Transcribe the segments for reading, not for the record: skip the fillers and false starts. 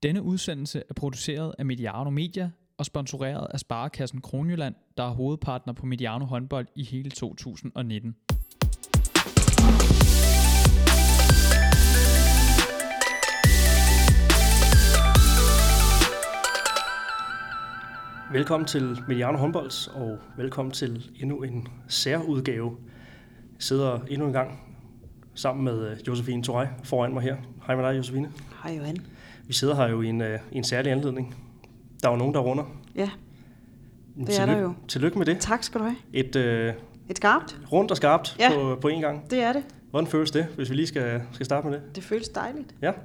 Denne udsendelse er produceret af Mediano Media og sponsoreret af Sparekassen Kronjylland, der er hovedpartner på Mediano håndbold i hele 2019. Velkommen til Mediano håndbold, og velkommen til endnu en særudgave. Jeg sidder endnu en gang sammen med Josefine Toray foran mig her. Hej med dig, Josefine. Hej Johan. Vi sidder her jo i en særlig anledning. Der er jo nogen, der runder. Ja, det er der jo. Tillykke med det. Tak skal du have. Et skarpt. Rundt og skarpt på en gang. Det er det. Hvordan føles det, hvis vi lige skal starte med det? Det føles dejligt. Ja.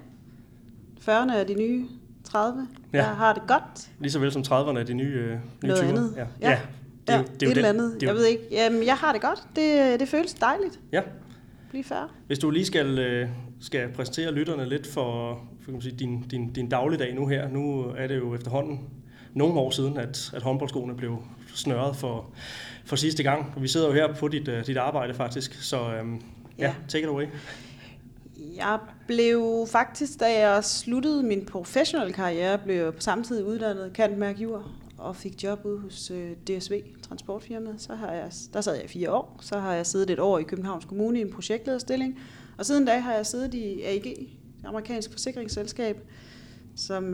40'erne er de nye 30. Ja. Jeg har det godt. Lige så vel som 30'erne er de nye 20'ere. Noget andet. Ja. Det er et eller andet. Jeg ved ikke. Jamen, jeg har det godt. Det føles dejligt. Ja. Blive færdig. Hvis du lige skal præsentere lytterne lidt for kan man sige, din dagligdag nu her. Nu er det jo efterhånden nogle år siden, at håndboldskoene blev snørret for sidste gang. Vi sidder jo her på dit arbejde faktisk, så take it away. Jeg blev faktisk, da jeg sluttede min professionelle karriere, blev jeg på samme tid uddannet cand.merc.jur og fik job ude hos DSV, transportfirmaet. Der sad jeg i 4 år. Så har jeg siddet et år i Københavns Kommune i en projektlederstilling. Og siden da har jeg siddet i AEG, det amerikanske forsikringsselskab, som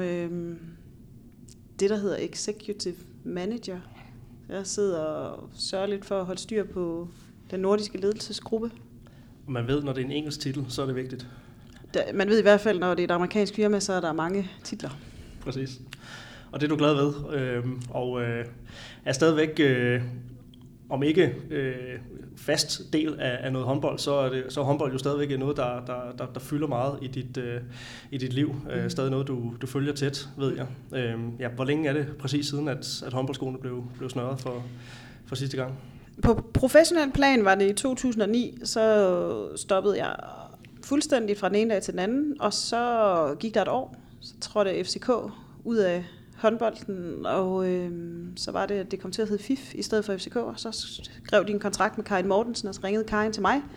det, der hedder Executive Manager. Jeg sidder og sørger lidt for at holde styr på den nordiske ledelsesgruppe. Og man ved, når det er en engelsk titel, så er det vigtigt. Man ved i hvert fald, når det er et amerikansk firma, så er der mange titler. Præcis. Og det er du glad ved. Og er stadigvæk, om ikke fast del af noget håndbold, så er håndbold jo stadigvæk noget, der fylder meget i dit liv. Stadig noget, du følger tæt, ved jeg. Hvor længe er det præcis siden, at håndboldskoene blev snørret for sidste gang? På professionel plan var det i 2009, så stoppede jeg fuldstændig fra den ene dag til den anden, og så gik der et år, så trådte FCK ud af håndbolden, og så var det, at det kom til at hedde FIF i stedet for FCK, og så skrev de en kontrakt med Karin Mortensen, og så ringede Karin til mig,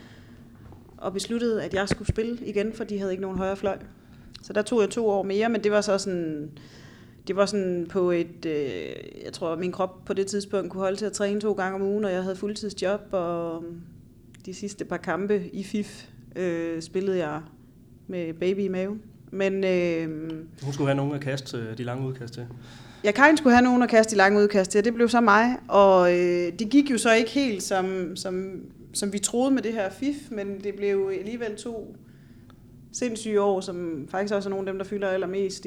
og besluttede, at jeg skulle spille igen, for de havde ikke nogen højre fløj. Så der tog jeg 2 år mere, men det var så sådan... Det var sådan på et, jeg tror, min krop på det tidspunkt kunne holde til at træne 2 gange om ugen, og jeg havde fuldtidsjob, og de sidste par kampe i FIF spillede jeg med baby i maven. Men hun skulle have nogen at kaste de lange udkast til. Ja, Karin skulle have nogen at kaste de lange udkast til, det blev så mig, og det gik jo så ikke helt, som vi troede med det her FIF, men det blev alligevel 2 sindssyge år, som faktisk også er nogle af dem, der fylder allermest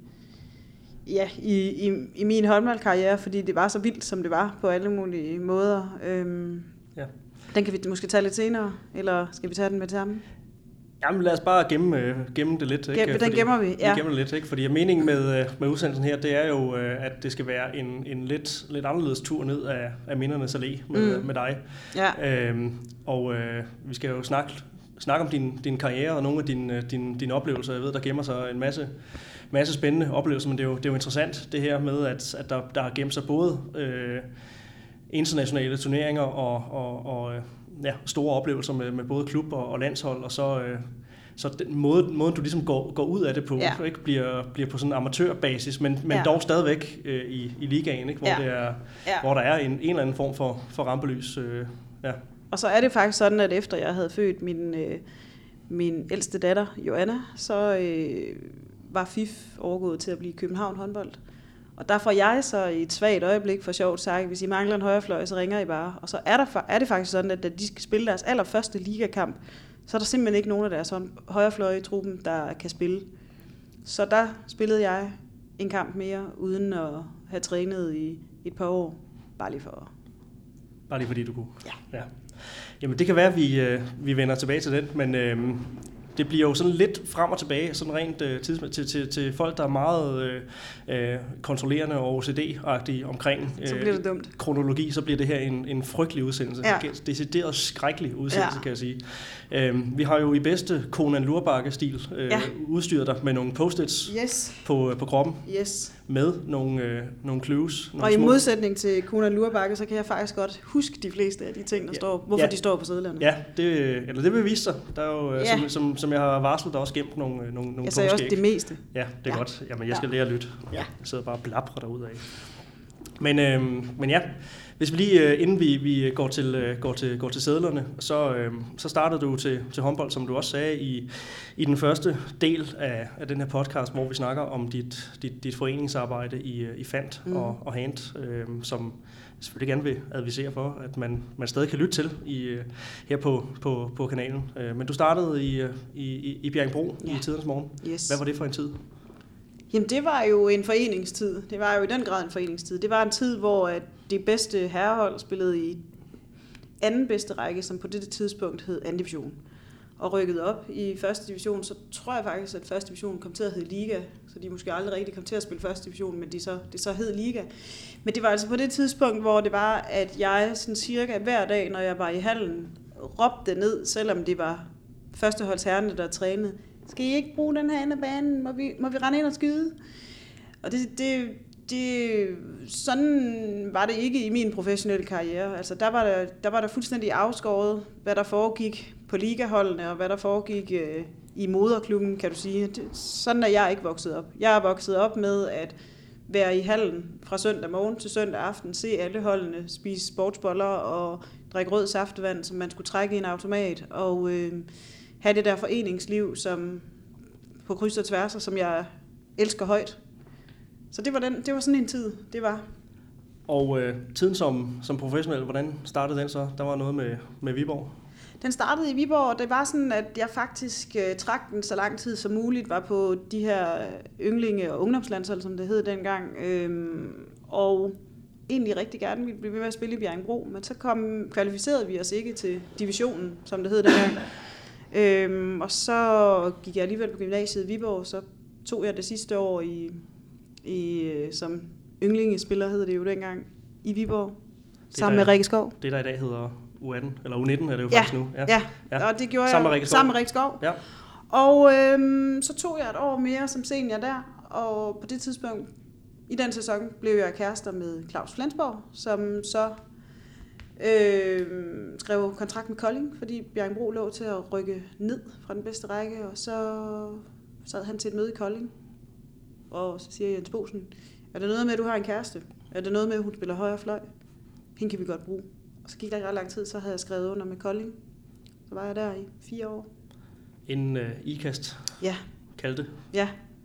i min håndboldkarriere, fordi det var så vildt, som det var på alle mulige måder. Den kan vi måske tage lidt senere, eller skal vi tage den med det samme? Jamen lad os bare gemme det lidt. Ikke? Den gemmer vi, ja. Vi gemmer det lidt, ikke? Fordi meningen med udsendelsen her, det er jo, at det skal være en lidt anderledes tur ned af mindernes allé med dig. Ja. Vi skal jo snakke om din karriere og nogle af dine oplevelser. Jeg ved, der gemmer sig en masse spændende oplevelser, men det er jo interessant det her med, at der har gemt sig både internationale turneringer og store oplevelser med både klub og landshold, og så den måden du ligesom går ud af det på, så ikke bliver på sådan en amatørbasis, men dog stadigvæk i ligaen, ikke? Hvor der er en eller anden form for rampelys. Og så er det faktisk sådan, at efter jeg havde født min ældste datter, Joanna, så var FIF overgået til at blive København håndbold. Og der får jeg så i et svagt øjeblik for sjovt sagt, hvis I mangler en højrefløj, så ringer I bare. Og så er det faktisk sådan, at da de skal spille deres allerførste ligakamp, så er der simpelthen ikke nogen af deres højrefløje i truppen, der kan spille. Så der spillede jeg en kamp mere, uden at have trænet i et par år. Bare lige fordi du kunne? Ja. Jamen det kan være, at vi vender tilbage til den, men det bliver jo sådan lidt frem og tilbage, sådan rent til folk, der er meget kontrollerende og OCD-agtige omkring kronologi, så bliver det her en frygtelig udsendelse. Ja. Decideret skrækkelig udsendelse, kan jeg sige. Vi har jo i bedste Conan Lurbakke-stil udstyret dig med nogle post-its på kroppen. Yes. med nogle clues. Og i modsætning til Kona Lurbakke, så kan jeg faktisk godt huske de fleste af de ting, der står, hvorfor de står på sedlerne. Ja, det vil vise sig. Der er jo, som jeg har varslet, der er også gemt nogle jeg sagde også det meste. Ja, det er godt. Jamen, jeg skal lære at lytte. Ja. Jeg sidder bare og blabrer derudad. Men ja, hvis vi lige, inden vi går til sedlerne, så startede du til håndbold, som du også sagde, i den første del af den her podcast, hvor vi snakker om dit foreningsarbejde i FANT og HANT, som jeg selvfølgelig gerne vil advisere for, at man stadig kan lytte til her på kanalen. Men du startede i Bjerringbro i tidernes morgen. Yes. Hvad var det for en tid? Jamen det var jo en foreningstid. Det var jo i den grad en foreningstid. Det var en tid, hvor det bedste herrehold spillede i anden bedste række, som på det tidspunkt hed anden division. Og rykkede op i første division, så tror jeg faktisk, at første division kom til at hedde Liga. Så de måske aldrig rigtig kom til at spille første division, men det så hed Liga. Men det var altså på det tidspunkt, hvor det var, at jeg sådan cirka hver dag, når jeg var i hallen, råbte ned, selvom det var førsteholdsherrerne, der trænede. Skal I ikke bruge den her ende af banen? Må vi rende ind og skyde? Og sådan var det ikke i min professionelle karriere. Altså der var der fuldstændig afskåret, hvad der foregik på ligaholdene, og hvad der foregik i moderklubben, kan du sige. Sådan er jeg ikke vokset op. Jeg er vokset op med at være i hallen fra søndag morgen til søndag aften, se alle holdene spise sportsboller og drikke rød saftevand, som man skulle trække i en automat, og have det der foreningsliv, som på kryds og tværs, som jeg elsker højt. Så det var sådan en tid, det var. Og tiden som professionel, hvordan startede den så? Der var noget med Viborg? Den startede i Viborg, og det var sådan, at jeg faktisk trak den så lang tid som muligt, var på de her ynglinge- og ungdomslandshold, som det hed dengang, og egentlig rigtig gerne ville blive ved med at spille i Bjerringbro, men så kvalificerede vi os ikke til divisionen, som det hed dengang. Og så gik jeg alligevel på gymnasiet i Viborg, så tog jeg det sidste år som yndlingespiller, hed det jo dengang, i Viborg, sammen med Rikke Skov. Det der i dag hedder U18, eller U19 er det jo faktisk nu. Ja, og det gjorde jeg sammen med Rikke Skov. Ja. Og så tog jeg et år mere som senior der, og på det tidspunkt, i den sæson, blev jeg kærester med Claus Flensborg, som så skrev kontrakt med Kolding, fordi Bjerringbro lå til at rykke ned fra den bedste række, og så sad han til et møde i Kolding, og så siger Jens Bosen, er det noget med, at du har en kæreste? Er det noget med, at hun spiller højre fløj? Hende kan vi godt bruge. Og så gik der ikke ret lang tid, så havde jeg skrevet under med Kolding. Så var jeg der i 4 år. Inden IKAST kaldte? Ja.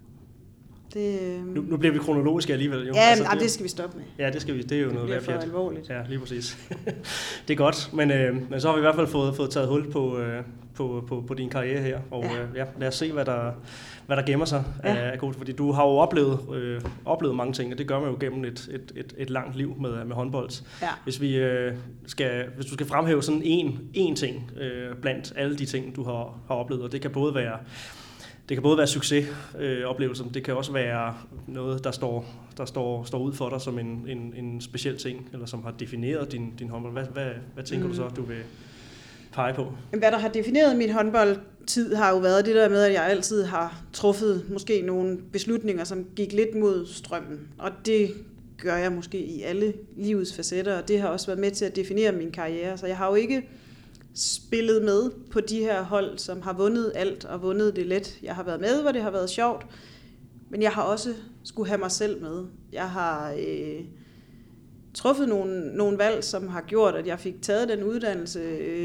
Nu bliver vi kronologiske alligevel. Jo. Ja, altså, det skal vi stoppe med. Ja, det skal vi. Det er jo noget værd pjat. Det bliver for alvorligt. Ja, lige præcis. Det er godt, men så har vi i hvert fald fået taget hul på din karriere her. Og lad os se, hvad der gemmer sig af godt. Fordi du har jo oplevet mange ting, og det gør man jo gennem et langt liv med håndbold. Ja. Hvis du skal fremhæve sådan en ting blandt alle de ting, du har oplevet, og det kan både være succesoplevelser, det kan også være noget, der står ud for dig som en speciel ting, eller som har defineret din håndbold. Hvad tænker du så, du vil pege på? Hvad der har defineret min håndboldtid, har jo været det der med, at jeg altid har truffet måske nogle beslutninger, som gik lidt mod strømmen. Og det gør jeg måske i alle livets facetter, og det har også været med til at definere min karriere. Så jeg har jo ikke spillet med på de her hold, som har vundet alt og vundet det let. Jeg har været med, hvor det har været sjovt, men jeg har også skulle have mig selv med. Jeg har truffet nogle valg, som har gjort, at jeg fik taget den uddannelse,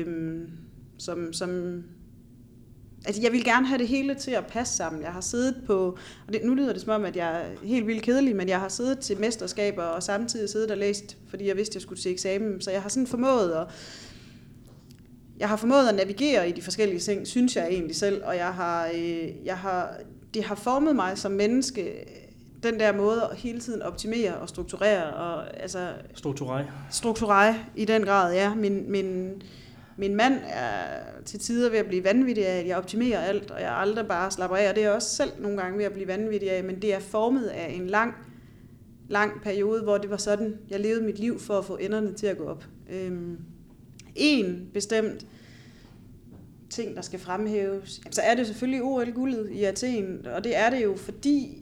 som altså jeg vil gerne have det hele til at passe sammen. Jeg har siddet på, og nu lyder det som om, at jeg er helt vildt kedelig, men jeg har siddet til mesterskaber og samtidig siddet og læst, fordi jeg vidste, at jeg skulle til eksamen. Så jeg har sådan formået at navigere i de forskellige ting, synes jeg egentlig selv, og det har formet mig som menneske, den der måde at hele tiden optimere og strukturere. Og, altså, strukturere i den grad, ja. Min mand er til tider ved at blive vanvittig af, at jeg optimerer alt, og jeg aldrig bare slapper af, og det er også selv nogle gange ved at blive vanvittig af, men det er formet af en lang periode, hvor det var sådan, jeg levede mit liv for at få enderne til at gå op. En bestemt ting, der skal fremhæves, så er det selvfølgelig OL-guldet i Athen, og det er det jo, fordi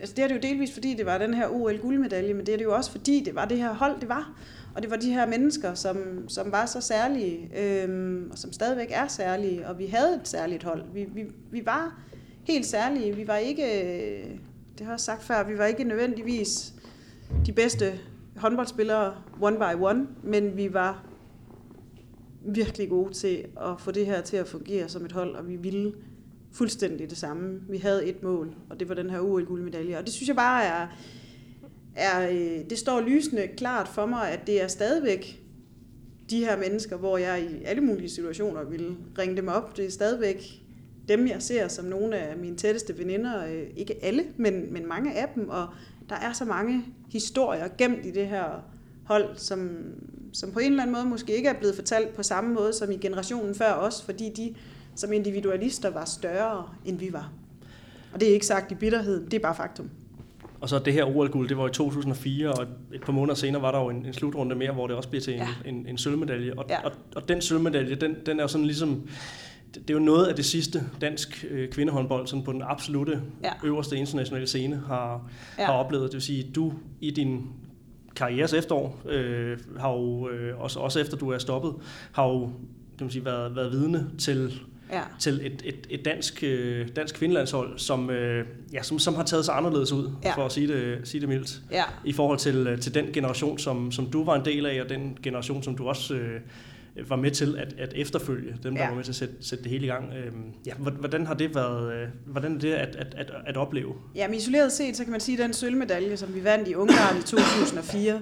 Altså det er det jo delvis, fordi det var den her OL-guldmedalje, men det er det jo også, fordi det var det her hold, det var. Og det var de her mennesker, som var så særlige, og som stadigvæk er særlige, og vi havde et særligt hold. Vi var helt særlige. Vi var ikke, det har jeg også sagt før, vi var ikke nødvendigvis de bedste håndboldspillere one by one, men vi var virkelig gode til at få det her til at fungere som et hold, og vi ville fuldstændig det samme. Vi havde et mål, og det var den her OL-guldmedalje. Og det synes jeg bare det står lysende klart for mig, at det er stadigvæk de her mennesker, hvor jeg i alle mulige situationer ville ringe dem op. Det er stadigvæk dem, jeg ser som nogle af mine tætteste veninder. Ikke alle, men mange af dem. Og der er så mange historier gemt i det her hold, som på en eller anden måde måske ikke er blevet fortalt på samme måde som i generationen før os, fordi de som individualister var større, end vi var. Og det er ikke sagt i bitterhed, det er bare faktum. Og så det her OL-guld, det var i 2004, og et par måneder senere var der jo en slutrunde mere, hvor det også blev til en sølvmedalje. Og den sølvmedalje, den er jo sådan ligesom, det er jo noget af det sidste dansk kvindehåndbold, sådan på den absolute øverste internationale scene har oplevet. Det vil sige, du i din karrieres efterår, har jo også efter du er stoppet, har jo kan man sige, været vidne til et dansk kvindelandshold, som har taget sig anderledes ud, for at sige det mildt, i forhold til den generation, som du var en del af, og den generation, som du også var med til at efterfølge, dem der var med til at sætte det hele i gang. Hvordan har det været, hvordan er det at opleve? Jamen isoleret set, så kan man sige, at den sølvmedalje, som vi vandt i Ungarn i 2004,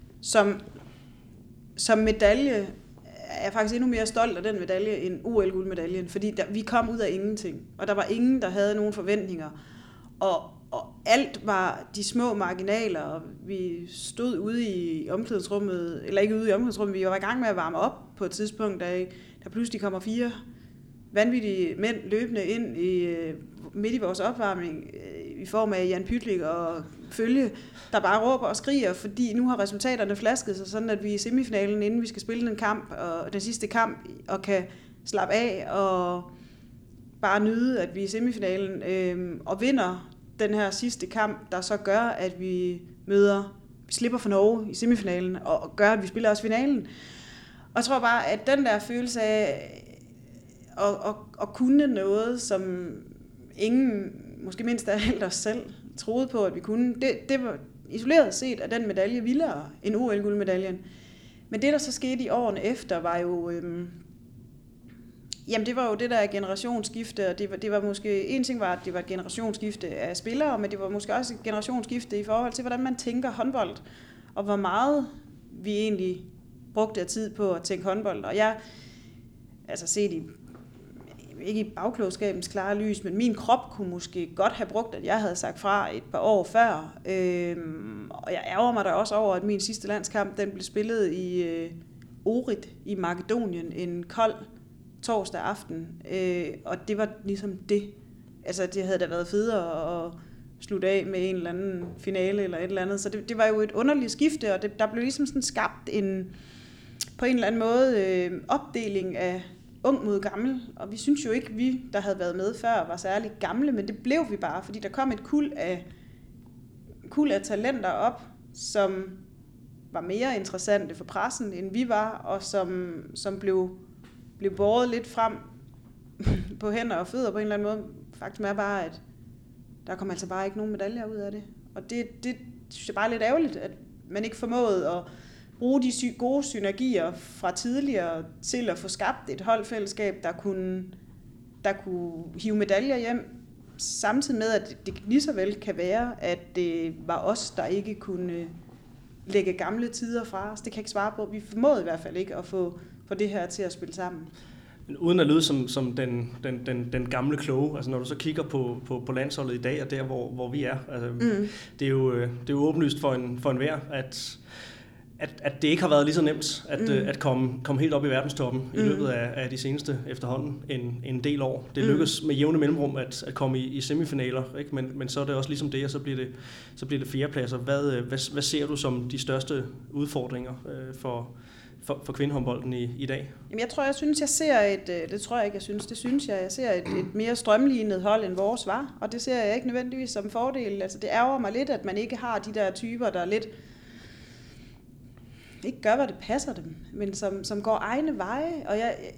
som medalje, er jeg faktisk endnu mere stolt af den medalje end OL-guldmedaljen, fordi vi kom ud af ingenting, og der var ingen, der havde nogen forventninger, og alt var de små marginaler, og vi stod ude i omklædningsrummet, eller ikke ude i omklædningsrummet, vi var i gang med at varme op på et tidspunkt, der pludselig kommer 4 vanvittige mænd løbende ind midt i vores opvarmning, i form af Jan Pytlik og Følge, der bare råber og skriger, fordi nu har resultaterne flasket sig, sådan at vi er i semifinalen, inden vi skal spille den kamp, og den sidste kamp, og kan slappe af og bare nyde, at vi er i semifinalen, og vinder den her sidste kamp, der så gør, at vi slipper for Norge i semifinalen, og gør, at vi spiller også finalen. Og jeg tror bare, at den der følelse af at kunne noget, som ingen, måske mindst af alt os selv, troede på, at vi kunne, det var isoleret set af den medalje vildere end OL-guldmedaljen. Men det, der så skete i årene efter, var jo, det var jo det der generationsskifte, og det var måske, en ting var, at det var et generationsskifte af spillere, men det var måske også et generationsskifte i forhold til, hvordan man tænker håndbold, og hvor meget vi egentlig brugte af tid på at tænke håndbold. Og jeg, altså set ikke i bagklogskabens klare lys, men min krop kunne måske godt have brugt, at jeg havde sagt fra et par år før. Og jeg ærger mig da også over, at min sidste landskamp, den blev spillet i Ohrid i Makedonien en kold torsdag aften. Og det var ligesom det. Altså, det havde da været federe at slutte af med en eller anden finale eller et eller andet. Så det var jo et underligt skifte, og der blev ligesom sådan skabt på en eller anden måde opdeling af ung mod gammel, og vi synes jo ikke, vi, der havde været med før, var særlig gamle, men det blev vi bare, fordi der kom et kuld af talenter op, som var mere interessante for pressen, end vi var, og som blev båret lidt frem på hænder og fødder på en eller anden måde. Faktum er bare, at der kom altså bare ikke nogen medaljer ud af det. Og det synes jeg bare er lidt ærgerligt, at man ikke formåede at bruge de gode synergier fra tidligere til at få skabt et holdfællesskab, der kunne hive medaljer hjem, samtidig med, at det lige så vel kan være, at det var os, der ikke kunne lægge gamle tider fra os. Det kan jeg ikke svare på. Vi formåede i hvert fald ikke at få det her til at spille sammen. Men uden at lyde som den gamle kloge, altså når du så kigger på landsholdet i dag, og der hvor vi er, altså, det er jo åbenlyst for enhver, at det ikke har været lige så nemt at komme helt op i verdenstoppen i løbet af de seneste efterhånden en del år. Det lykkes med jævne mellemrum at komme i semifinaler, ikke? Men så er det også ligesom det, og så bliver det fjerdepladser. Hvad ser du som de største udfordringer for kvindehåndbolden i dag? Jamen, jeg ser et mere strømlignet hold, end vores var, og det ser jeg ikke nødvendigvis som fordel. Altså, det ærger mig lidt, at man ikke har de der typer, der lidt ikke gør, hvad det passer dem, men som går egne veje, og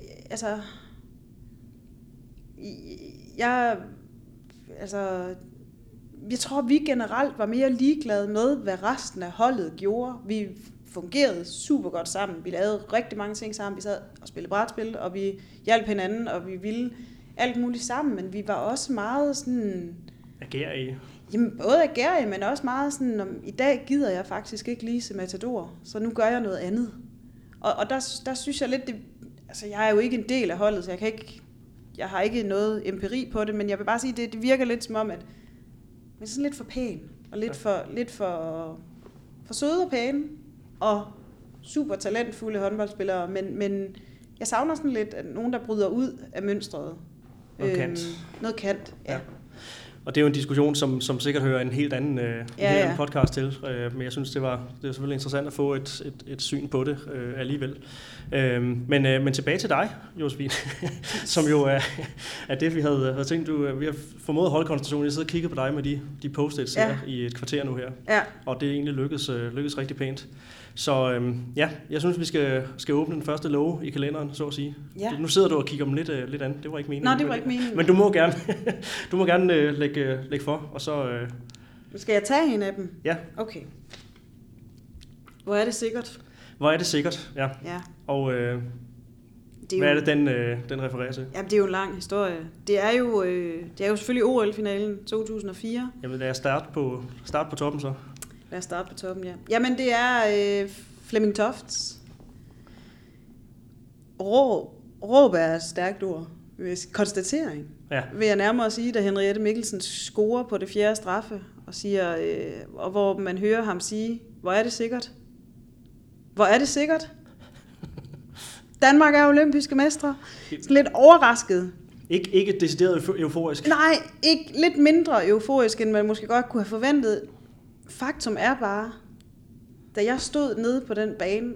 jeg tror, vi generelt var mere ligeglade med, hvad resten af holdet gjorde. Vi fungerede super godt sammen. Vi lavede rigtig mange ting sammen. Vi sad og spillede brætspil, og vi hjalp hinanden, og vi ville alt muligt sammen, men vi var også meget sådan... Agerige? Jamen, både agerige, men også meget sådan, i dag gider jeg faktisk ikke lige se Matador, så nu gør jeg noget andet. Og der synes jeg lidt, jeg er jo ikke en del af holdet, så jeg har ikke noget empiri på det, men jeg vil bare sige, det virker lidt som om, at man er sådan lidt for pæn, og lidt for søde og pæne, og super talentfulde håndboldspillere, men jeg savner sådan lidt, at nogen, der bryder ud af mønstret. Noget kant, ja. Og det er jo en diskussion, som sikkert hører en helt anden podcast til, men jeg synes, det er selvfølgelig interessant at få et syn på det alligevel. Men tilbage til dig, Josefine, som jo er det, vi havde tænkt. Vi har formået at holde koncentrationen. Jeg sidder og kigger på dig med de post-its her i et kvarter nu her, og det er egentlig lykkes rigtig pænt. Så jeg synes, vi skal åbne den første låge i kalenderen, så at sige. Ja. Nu sidder du og kigger dem lidt an. Det var ikke meningen. Nej, det var ikke meningen. Men du må gerne lægge for, og så... Skal jeg tage en af dem? Ja. Okay. Hvor er det sikkert? Hvor er det sikkert, ja. Og hvad er det, den refererer til? Jamen, det er jo en lang historie. Det er jo selvfølgelig OL-finalen 2004. Jamen, lad os starte på toppen så. Lad os starte på toppen, ja. Jamen, det er Flemming Tofts. Råb er et stærkt ord. Konstatering. Ja. Vil jeg nærmere sige, da Henriette Mikkelsen scorer på det 4. straffe, og siger, og hvor man hører ham sige, hvor er det sikkert? Hvor er det sikkert? Danmark er olympiske mestre. Så lidt overrasket. Ikke decideret euforisk? Nej, ikke lidt mindre euforisk, end man måske godt kunne have forventet. Faktum er bare, da jeg stod nede på den bane,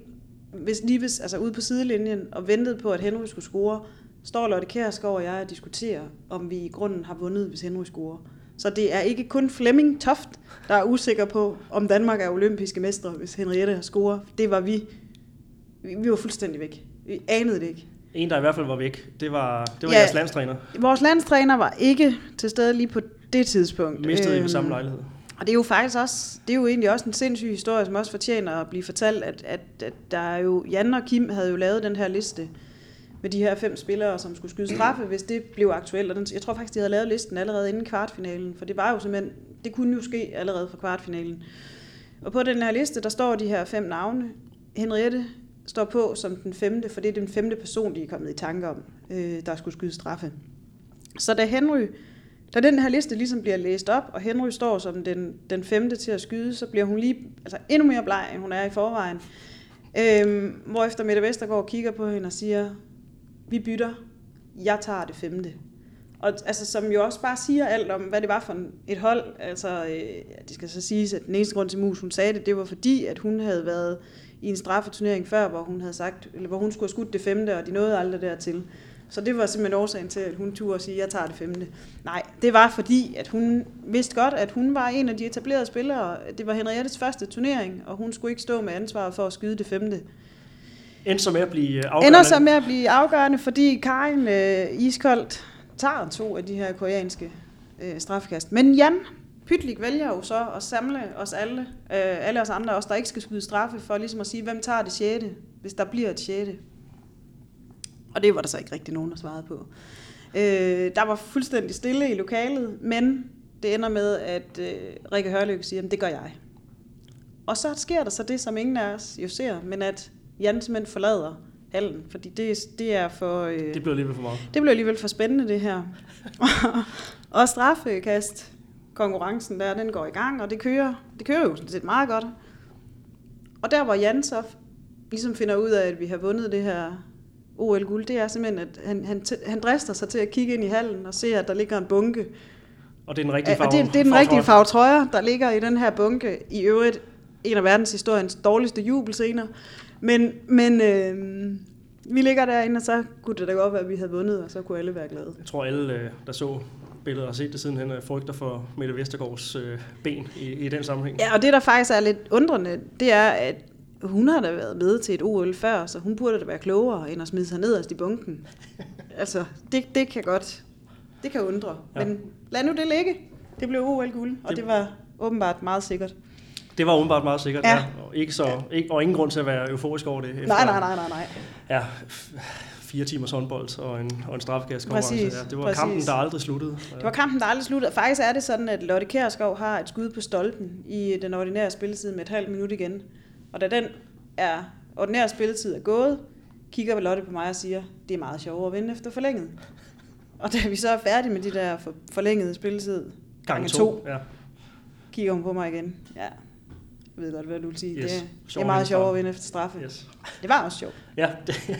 ude på sidelinjen, og ventede på, at Henry skulle score, står Lotte Kjærsgaard og jeg og diskuterer, om vi i grunden har vundet, hvis Henry scorer. Så det er ikke kun Flemming Toft, der er usikker på, om Danmark er olympiske mestre, hvis Henriette scorer. Det var vi. Vi var fuldstændig væk. Vi anede det ikke. En, der i hvert fald var væk, det var jeres landstræner. Vores landstræner var ikke til stede lige på det tidspunkt. Mistede I ved samme lejlighed. Og det er jo faktisk også, egentlig også en sindssyg historie, som også fortjener at blive fortalt, at der er jo, Jan og Kim havde jo lavet den her liste med de her 5 spillere, som skulle skyde straffe, hvis det blev aktuelt. Og jeg tror faktisk, de havde lavet listen allerede inden kvartfinalen, for det var jo simpelthen, det kunne jo ske allerede fra kvartfinalen. Og på den her liste, der står de her 5 navne. Henriette står på som den 5., for det er den 5. person, de er kommet i tanke om, der skulle skyde straffe. Så da den her liste ligesom bliver læst op, og Henry står som den 5. til at skyde, så bliver hun endnu mere bleg, end hun er i forvejen. Hvorefter Mette Vestergaard kigger på hende og siger, vi bytter, jeg tager det 5. Og som jo også bare siger alt om, hvad det var for et hold. Det skal så siges, at den eneste grund til Mus, hun sagde det var fordi, at hun havde været i en straffeturnering før, hvor hun havde sagt, eller hvor hun skulle have skudt det 5., og de nåede aldrig dertil. Så det var simpelthen årsagen til, at hun turde sige, at jeg tager det 5. Nej, det var fordi, at hun vidste godt, at hun var en af de etablerede spillere. Det var Henriettes første turnering, og hun skulle ikke stå med ansvaret for at skyde det 5. Ender så med at blive afgørende, fordi Karin iskoldt tager 2 af de her koreanske straffekast. Men Jan Pytlik vælger jo så at samle os alle os andre, os der ikke skal skyde straffe, for ligesom at sige, hvem tager det 6., hvis der bliver et 6. Og det var der så ikke rigtig nogen, der svarede på. Der var fuldstændig stille i lokalet, men det ender med, at Rikke Hørløk siger, det gør jeg. Og så sker der så det, som ingen af os jo ser, men at Jan simpelthen forlader hallen, fordi det er for... det blev alligevel for meget. Det blev alligevel for spændende, det her. Og straffekast, konkurrencen der, den går i gang, og det kører jo sådan set meget godt. Og der, hvor Jan så ligesom finder ud af, at vi har vundet det her OL-guld, det er simpelthen, at han drister sig til at kigge ind i hallen og se, at der ligger en bunke. Og det er den rigtige farve. Det er den rigtige farve trøjer, der ligger i den her bunke. I øvrigt en af verdenshistoriens dårligste jubelscener. Men vi ligger derinde, og så kunne det da godt være, at vi havde vundet, og så kunne alle være glade. Jeg tror, alle, der så billeder og set det sidenhen, frygter for Mette Vestergaards ben i den sammenhæng. Ja, og det, der faktisk er lidt undrende, det er, at hun har da været med til et OL før, så hun burde da være klogere, end at smide sig nederst i bunken. Altså, det kan godt, det kan undre. Ja. Men lad nu det ligge. Det blev OL-guld, og det var åbenbart meget sikkert. Det var åbenbart meget sikkert, ja. Og ingen grund til at være euforisk over det. Nej. Ja, 4 timers håndbold og en straffekastkonkurrence. Ja, det var kampen, der aldrig sluttede. Det var kampen, der aldrig sluttede. Faktisk er det sådan, at Lotte Kjærsgaard har et skud på stolpen i den ordinære spilletid med et halvt minut igen. Og da den ordinære spilletid er gået, kigger Lotte på mig og siger, det er meget sjovere at vinde efter forlænget. Og da vi så er færdige med de der forlængede spilletid, gange 2, kigger hun på mig igen. Ja. Jeg ved godt, hvad du vil sige. Yes. Det er meget sjovere at vinde efter straffe. Yes. Det var også sjovt. Ja,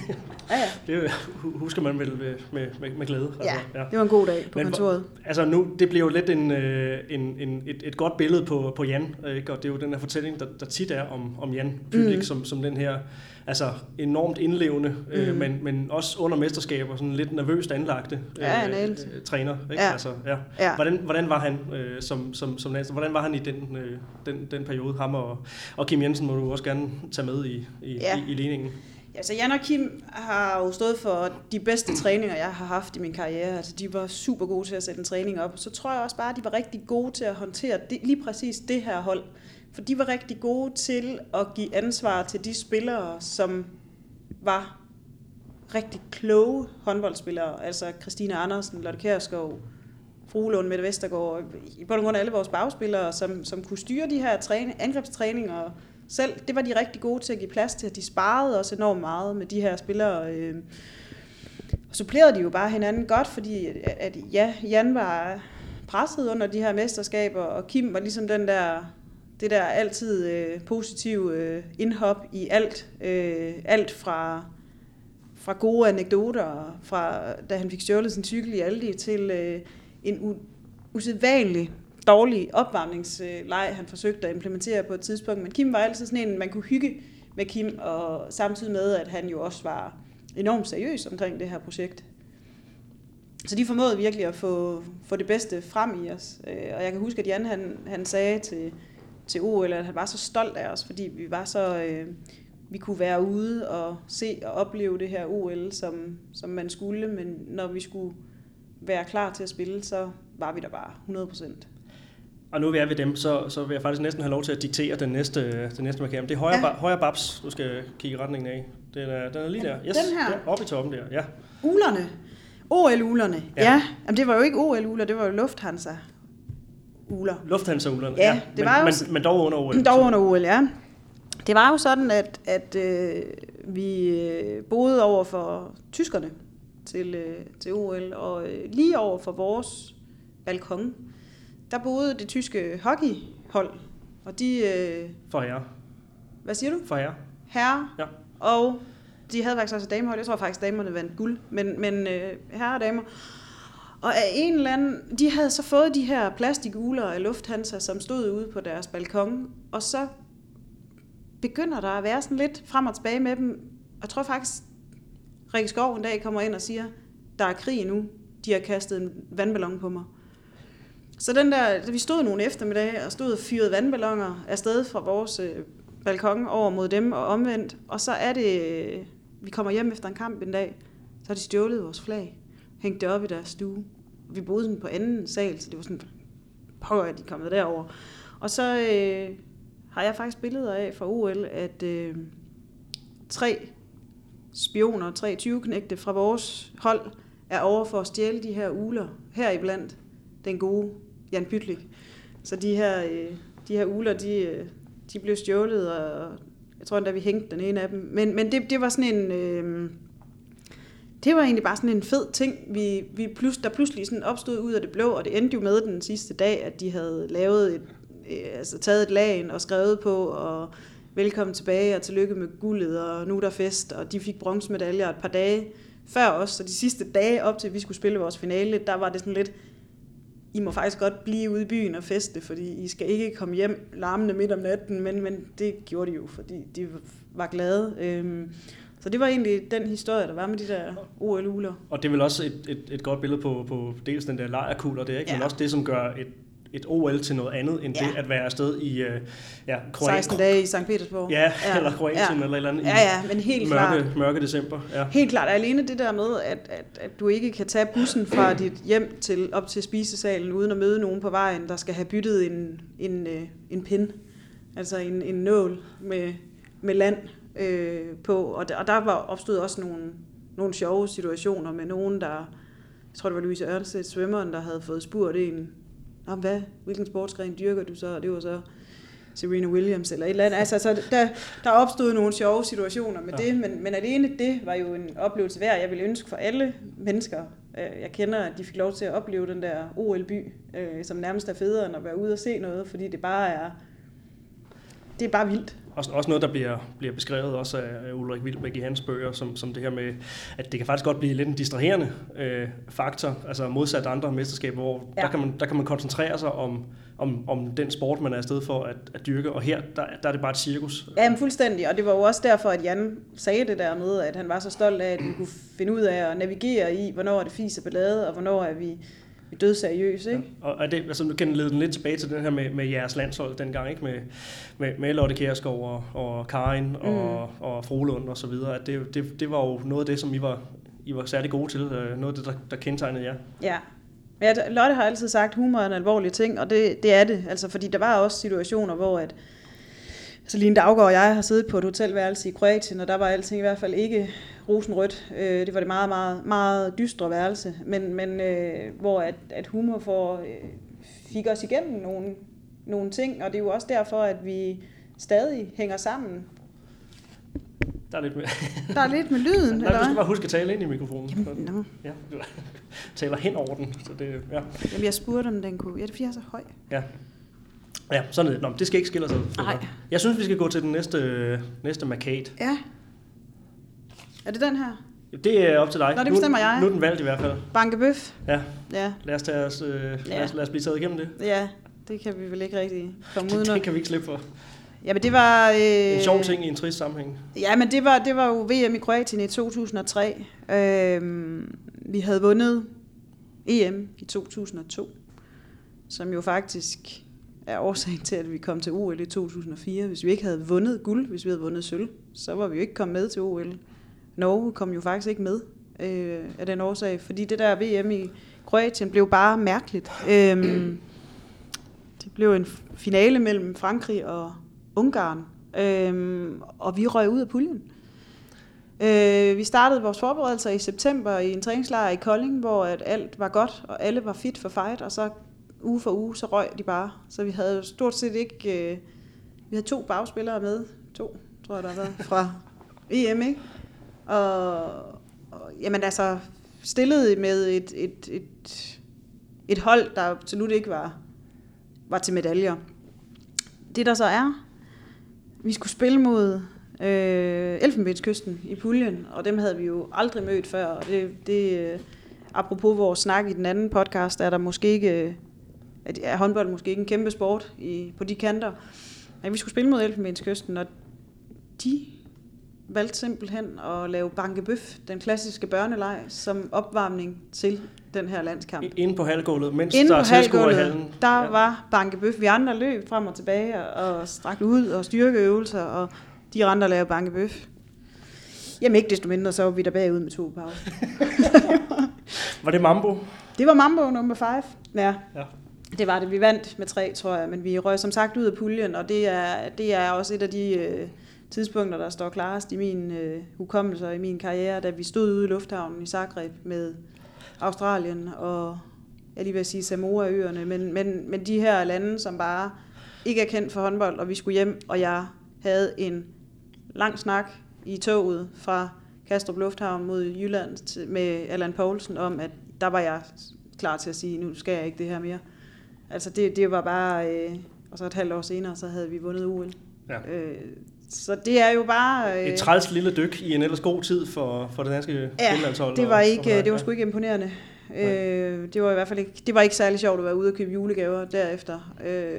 det husker man vel med glæde. Ja, det var en god dag på kontoret. Altså nu, det bliver jo lidt et godt billede på Jan, ikke? Og det er jo den her fortælling, der tit er om Jan Pytlik, som den her enormt indlevende, men også under mesterskaber, sådan lidt nervøst anlagte træner. Ikke? Ja. Altså, ja. Hvordan var han hvordan var han i den periode? Ham og Kim Jensen må du også gerne tage med i ligningen. Ja, så Jan og Kim har jo stået for de bedste træninger, jeg har haft i min karriere. Altså, de var super gode til at sætte en træning op. Så tror jeg også bare, at de var rigtig gode til at håndtere lige præcis det her hold. For de var rigtig gode til at give ansvar til de spillere, som var rigtig kloge håndboldspillere. Altså Christine Andersen, Lotte Kjærsgaard, Fruelund, Mette Vestergaard, i bund og grund alle vores bagspillere, som kunne styre de her angrebstræninger selv. Det var de rigtig gode til at give plads til, at de sparede også enormt meget med de her spillere. Og supplerede de jo bare hinanden godt, fordi at Jan var presset under de her mesterskaber, og Kim var ligesom det der altid positive indhop i alt fra gode anekdoter, fra da han fik stjålet sin cykel i Aldi, til en usædvanlig dårlig opvarmningsleg, han forsøgte at implementere på et tidspunkt. Men Kim var altid sådan en, man kunne hygge med Kim, og samtidig med, at han jo også var enormt seriøs omkring det her projekt. Så de formåede virkelig at få det bedste frem i os. Og jeg kan huske, at Jan han sagde til OL, at han var så stolt af os, fordi vi var så vi kunne være ude og se og opleve det her OL, som man skulle, men når vi skulle være klar til at spille, så var vi der bare 100%. Og nu vi er ved dem, så vil jeg faktisk næsten have lov til at diktere den næste markering. Det er højre babs, du skal kigge i retningen af. Den er lige der. Yes, den her? Ja, oppe i toppen der, ja. Ulerne. OL-ulerne. Ja. Jamen, det var jo ikke OL-uler, det var jo Lufthansa-uler. Lufthansa-ulerne, ja. Det var men dog under OL. Dog under OL, ja. Det var jo sådan, at vi boede over for tyskerne til OL, og lige over for vores balkon, der boede det tyske hockeyhold, og de... For herre. Hvad siger du? For herre. Herre, ja. Og de havde faktisk også damehold. Jeg tror faktisk, damerne vandt guld, men herre og damer. Og af en eller anden... De havde så fået de her plastikuler af Lufthansa, som stod ude på deres balkon, og så begynder der at være sådan lidt frem og tilbage med dem. Jeg tror faktisk, Rikke Skov en dag kommer ind og siger, der er krig nu. De har kastet en vandballon på mig. Så vi stod nogle eftermiddage og stod og fyrede vandballoner afsted fra vores balkon over mod dem og omvendt. Og så er det, vi kommer hjem efter en kamp en dag, så har de stjålet vores flag, hængt det op i deres stue. Vi boede sådan på anden sal, så det var sådan, at de kommet derover. Og så har jeg faktisk billeder af fra OL, at 3 spioner, 3 20-knægte fra vores hold er over for at stjæle de her uler, heriblandt den gode Jan Pytlik. Så de her uler, de blev stjålet, og jeg tror endda, vi hængte den ene af dem. Men det var sådan en... det var egentlig bare sådan en fed ting, der pludselig sådan opstod ud af det blå, og det endte jo med den sidste dag, at de havde lavet taget et lagen og skrevet på, og velkommen tilbage, og tillykke med guldet, og nu er der fest, og de fik bronzemedaljer et par dage før os, så de sidste dage op til, vi skulle spille vores finale, der var det sådan lidt, I må faktisk godt blive ude i byen og feste, fordi I skal ikke komme hjem larmende midt om natten, men det gjorde de jo, fordi de var glade. Så det var egentlig den historie, der var med de der OL-uler. Og det er vel også et godt billede på dels den der lejrkugle, og det er ikke, men også det, som gør et OL til noget andet, end det at være afsted i Kroatien. 16 dage i St. Petersborg. Ja, eller Kroatien eller et eller andet men helt mørke december. Ja. Helt klart. Alene det der med, at du ikke kan tage bussen fra dit hjem op til spisesalen, uden at møde nogen på vejen, der skal have byttet en pind, altså en nål med land på. Og der opstod også nogle sjove situationer med nogen, der, jeg tror det var Louise Ørnstedt, svømmeren, der havde fået spurgt hvilken sportsgren dyrker du så? Og det var så Serena Williams eller et eller andet. Altså der opstod nogle sjove situationer med det, men alene det var jo en oplevelse værd. Jeg ville ønske for alle mennesker, jeg kender, at de fik lov til at opleve den der OL-by, som nærmest er federe end at være ude og se noget, fordi det er bare vildt. Også noget, der bliver beskrevet også af Ulrik Wilbæk i hans bøger, som det her med, at det kan faktisk godt blive lidt en distraherende faktor, altså modsat andre mesterskaber, hvor der kan man koncentrere sig om den sport, man er afsted for at dyrke, og her, der er det bare et cirkus. Ja, men fuldstændig, og det var jo også derfor, at Jan sagde det der med, at han var så stolt af, at vi kunne finde ud af at navigere i, hvornår er det fis og ballade, og hvornår er vi dødseriøse, ikke? Ja. Og det, altså, nu kan jeg lede den lidt tilbage til den her med jeres landshold dengang, ikke? Med Lotte Kjærsgaard og Karin og Frohlund og så videre. At det var jo noget af det, som I var særlig gode til, noget af det, der kendetegnede jer. Ja. Lotte har altid sagt, at humor er en alvorlig ting, og det er det. Altså, fordi der var også situationer, hvor Line Daugaard og jeg har siddet på et hotelværelse i Kroatien, og der var alting i hvert fald ikke rosenrødt. Det var det meget, meget, meget dystre værelse, men hvor at humor fik os igennem nogle ting, og det er jo også derfor, at vi stadig hænger sammen. Der er lidt med lyden, eller du skal bare huske at tale ind i mikrofonen. Jamen, ja, du taler hen over den. Så det, ja. Jamen, jeg spurgte, om den kunne. Ja, det er fordi, jeg er så høj. Ja, sådan det. Nå, det skal ikke skille os ad. Nej. Jeg synes, vi skal gå til den næste markat. Ja. Er det den her? Det er op til dig. Nå, det bestemmer jeg. Nu er den valgt i hvert fald. Bankebøf. Ja. Lad os blive taget igennem det. Ja, det kan vi vel ikke rigtig komme ud. Det kan vi ikke slippe for. Ja, men det var en sjov ting i en trist sammenhæng. Ja, men det var jo VM i Kroatien i 2003. Vi havde vundet EM i 2002, som jo faktisk er årsagen til, at vi kom til OL i 2004. Hvis vi ikke havde vundet guld, hvis vi havde vundet sølv, så var vi jo ikke kommet med til OL. Norge kom jo faktisk ikke med af den årsag, fordi det der VM i Kroatien blev bare mærkeligt. Det blev en finale mellem Frankrig og Ungarn, og vi røg ud af puljen. Vi startede vores forberedelser i september i en træningslejr i Kolding, hvor at alt var godt, og alle var fit for fight, og så uge for uge, så røg de bare. Så vi havde stort set ikke... vi havde 2 bagspillere med. 2, tror jeg, der var fra EM, ikke? Og jamen altså, stillede med et hold, der absolut ikke var til medaljer. Det der så er, vi skulle spille mod Elfenbenskysten i puljen, og dem havde vi jo aldrig mødt før. Og apropos vores snak i den anden podcast, er der måske ikke, er håndbold måske ikke en kæmpe sport på de kanter. Men vi skulle spille mod Elfenbenskysten, og de valgte simpelthen at lave bankebøf, den klassiske børneleg, som opvarmning til den her landskamp. Inde på halvgulvet, mens der er tilskuere i hallen. Der var bankebøf. Vi andre løb frem og tilbage og strakte ud og styrkeøvelser, og de andre lavede bankebøf. Jamen ikke desto mindre, så var vi der bagud med 2 pauser. Var det Mambo? Det var Mambo nummer 5. Ja. Det var det. Vi vandt med 3, tror jeg, men vi røg som sagt ud af puljen, og det er også et af de tidspunkter, der står klarest i min hukommelse og i min karriere, da vi stod ude i lufthavnen i Zagreb med Australien og, jeg lige vil sige, Samoa-øerne, men de her lande, som bare ikke er kendt for håndbold, og vi skulle hjem, og jeg havde en lang snak i toget fra Kastrup Lufthavn mod Jylland med Allan Poulsen om, at der var jeg klar til at sige, nu skal jeg ikke det her mere. Altså det var bare, og så et halvt år senere, så havde vi vundet OL. Ja. Så det er jo bare... Et træls lille dyk i en ellers god tid for det danske kvindelandshold. Det var sgu ikke imponerende. Det var i hvert fald ikke, det var ikke særlig sjovt at være ude og købe julegaver derefter.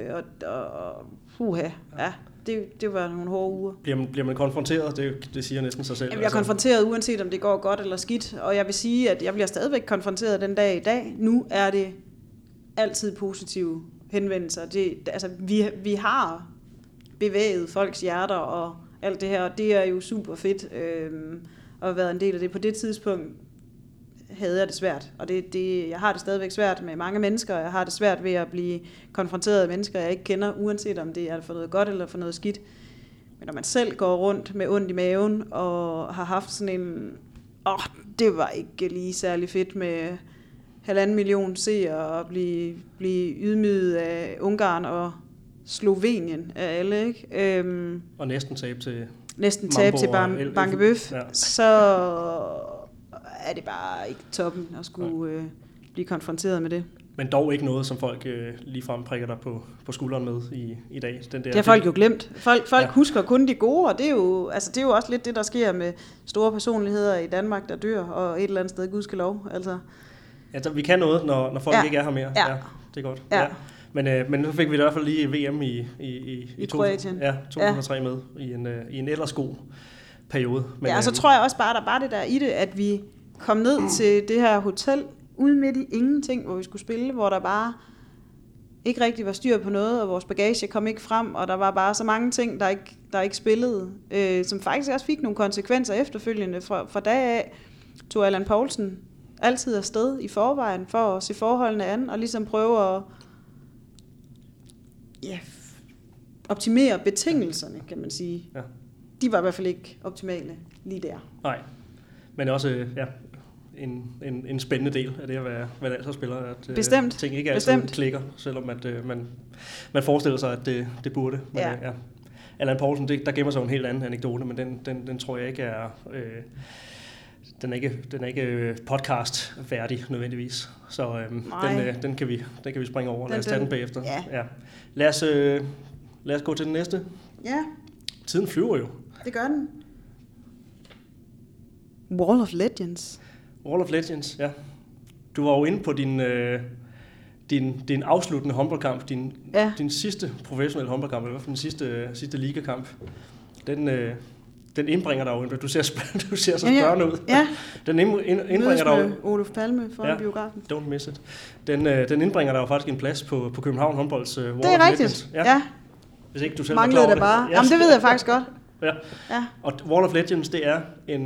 Det var nogle hårde uger. Bliver man konfronteret? Det siger næsten sig selv. Jeg bliver konfronteret, uanset om det går godt eller skidt. Og jeg vil sige, at jeg bliver stadigvæk konfronteret den dag i dag. Nu er det altid positive henvendelser. Vi har bevæget folks hjerter og alt det her. Det er jo super fedt at have været en del af det. På det tidspunkt havde jeg det svært. Og jeg har det stadigvæk svært med mange mennesker. Jeg har det svært ved at blive konfronteret af mennesker, jeg ikke kender, uanset om det er for noget godt eller for noget skidt. Men når man selv går rundt med ondt i maven og har haft sådan en... det var ikke lige særlig fedt med 1,5 million seere og blive ydmyget af Ungarn og Slovenien af alle, ikke? Og næsten tab til Banke Bøf, så er det bare ikke toppen at skulle blive konfronteret med det. Men dog ikke noget, som folk ligefrem prikker dig på skulderen med i dag. Det har folk jo glemt. Folk husker kun de gode, og det er jo også lidt det, der sker med store personligheder i Danmark, der dør, og et eller andet sted, gudskelov. Altså. Ja, vi kan noget, når folk ikke er her mere. Ja, det er godt. Ja. Men nu fik vi i hvert fald lige VM i Kroatien. 2003 med i en ellers god periode. Men, og så tror jeg også bare, der var det der i det, at vi kom ned til det her hotel, ude midt i ingenting, hvor vi skulle spille, hvor der bare ikke rigtig var styr på noget, og vores bagage kom ikke frem, og der var bare så mange ting, der ikke spillede, som faktisk også fik nogle konsekvenser efterfølgende. Fra dag af tog Allan Poulsen altid afsted i forvejen for at se forholdene an, og ligesom prøve at optimere betingelserne, kan man sige. Ja. De var i hvert fald ikke optimale lige der. Nej, men også en spændende del af det at være landsholdsspiller, at bestemt. Ting ikke altid klikker, selvom at man forestiller sig, at det burde. Men, Allan Poulsen, der gemmer sig en helt anden anekdote, men den tror jeg ikke er... Den er ikke podcast færdig nødvendigvis, så den kan vi springe over. Lad os tage den bagefter. Ja. Lad os gå til den næste. Ja. Tiden flyver jo. Det gør den. Wall of Legends. Wall of Legends, ja. Du var jo inde på din afsluttende håndboldkamp, din sidste professionelle håndboldkamp, eller i hvert fald din sidste ligakamp. Den indbringer dig jo, du ser så spørgende ud. Ja. Den indbringer dig jo... Olof Palme foran biografen. Don't miss it. Den indbringer dig jo faktisk en plads på København håndbolds Wall of Legends. Det er rigtigt, ja. Hvis ikke du selv manglede det bare. Jamen det ved jeg faktisk godt. Ja. Og Wall of Legends, det er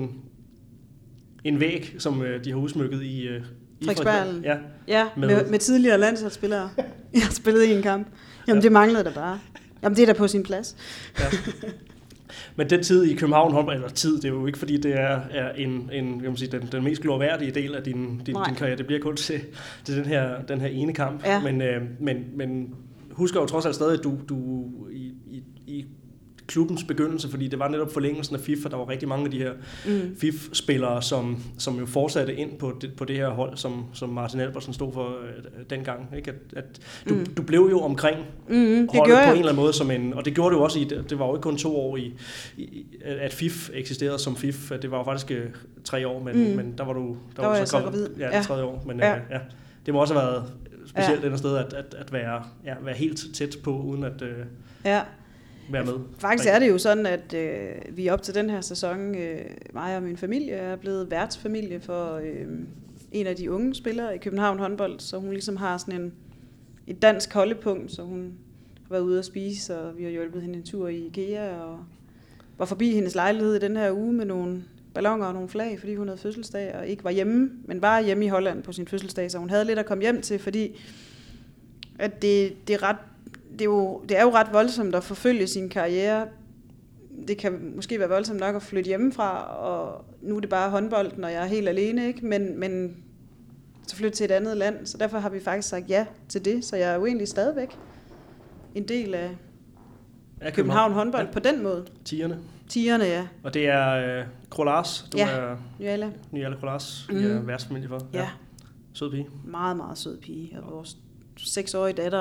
en væg, som de har udsmykket i Frederiksberg. Ja, med tidligere landsholdsspillere. Jeg har spillet i en kamp. Jamen det manglede der bare. Jamen det er da på sin plads. Ja. Men den tid i København håndbold, eller tid, det er jo ikke fordi det er kan man sige, den mest glorværdige del af din karriere. Det bliver kun til den her ene kamp. Ja. Men husker jo trods alt stadig, at du i klubbens begyndelse, fordi det var netop forlængelsen af FIF, og der var rigtig mange af de her FIF-spillere, som jo fortsatte ind på det her hold, som Martin Albertsen stod for dengang. Ikke? At du blev jo omkring holdet på en eller anden måde, og det gjorde du også det var jo ikke kun 2 år at FIF eksisterede som FIF. Det var jo faktisk 3 år, men der var så kommet 3. år. Men det må også have været specielt et sted at være helt tæt på, uden at... være med. Faktisk er det jo sådan, at vi op til den her sæson, mig og min familie, er blevet værtsfamilie for en af de unge spillere i København håndbold, så hun ligesom har sådan et dansk holdepunkt, så hun har været ude at spise, og vi har hjulpet hende en tur i IKEA, og var forbi hendes lejlighed i den her uge med nogle balloner og nogle flag, fordi hun havde fødselsdag, og ikke var hjemme, men var hjemme i Holland på sin fødselsdag, så hun havde lidt at komme hjem til, fordi at det er jo ret voldsomt at forfølge sin karriere. Det kan måske være voldsomt nok at flytte hjemmefra, og nu er det bare håndbold, når jeg er helt alene, ikke? Men så flytte til et andet land, så derfor har vi faktisk sagt ja til det, så jeg er jo egentlig stadigvæk en del af København håndbold på den måde. Tigerne, ja. Og det er Krolars, du er Nyala Krolars, I er værtsfamilie for. Ja. Sød pige. Meget, meget sød pige, og vores 6-årige datter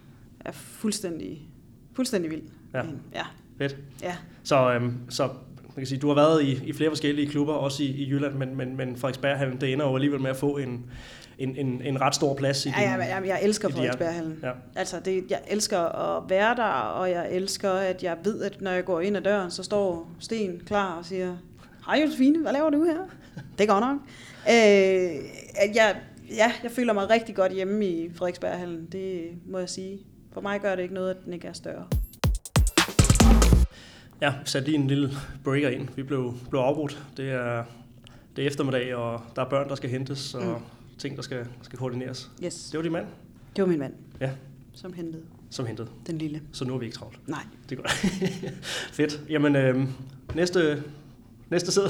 er fuldstændig vild. Ja. Ja. Fedt. Ja. Så man kan sige, du har været i flere forskellige klubber, også i Jylland, men Frederiksberghallen, det ender jo alligevel med at få en ret stor plads i din... Jeg elsker Frederiksberghallen. Ja. Altså, jeg elsker at være der, og jeg elsker, at jeg ved, at når jeg går ind ad døren, så står Sten klar og siger, hej Josefine, hvad laver du her? Det går nok. Jeg føler mig rigtig godt hjemme i Frederiksberghallen, det må jeg sige. For mig gør det ikke noget, at den ikke er større. Ja, vi satte lige en lille breaker ind. Vi blev afbrudt. Det er eftermiddag, og der er børn, der skal hentes, og ting, der skal koordineres. Yes. Det var din mand? Det var min mand. Ja. Som hentede. Den lille. Så nu er vi ikke travlt? Nej. Det er godt. Fedt. Jamen, næste sæde?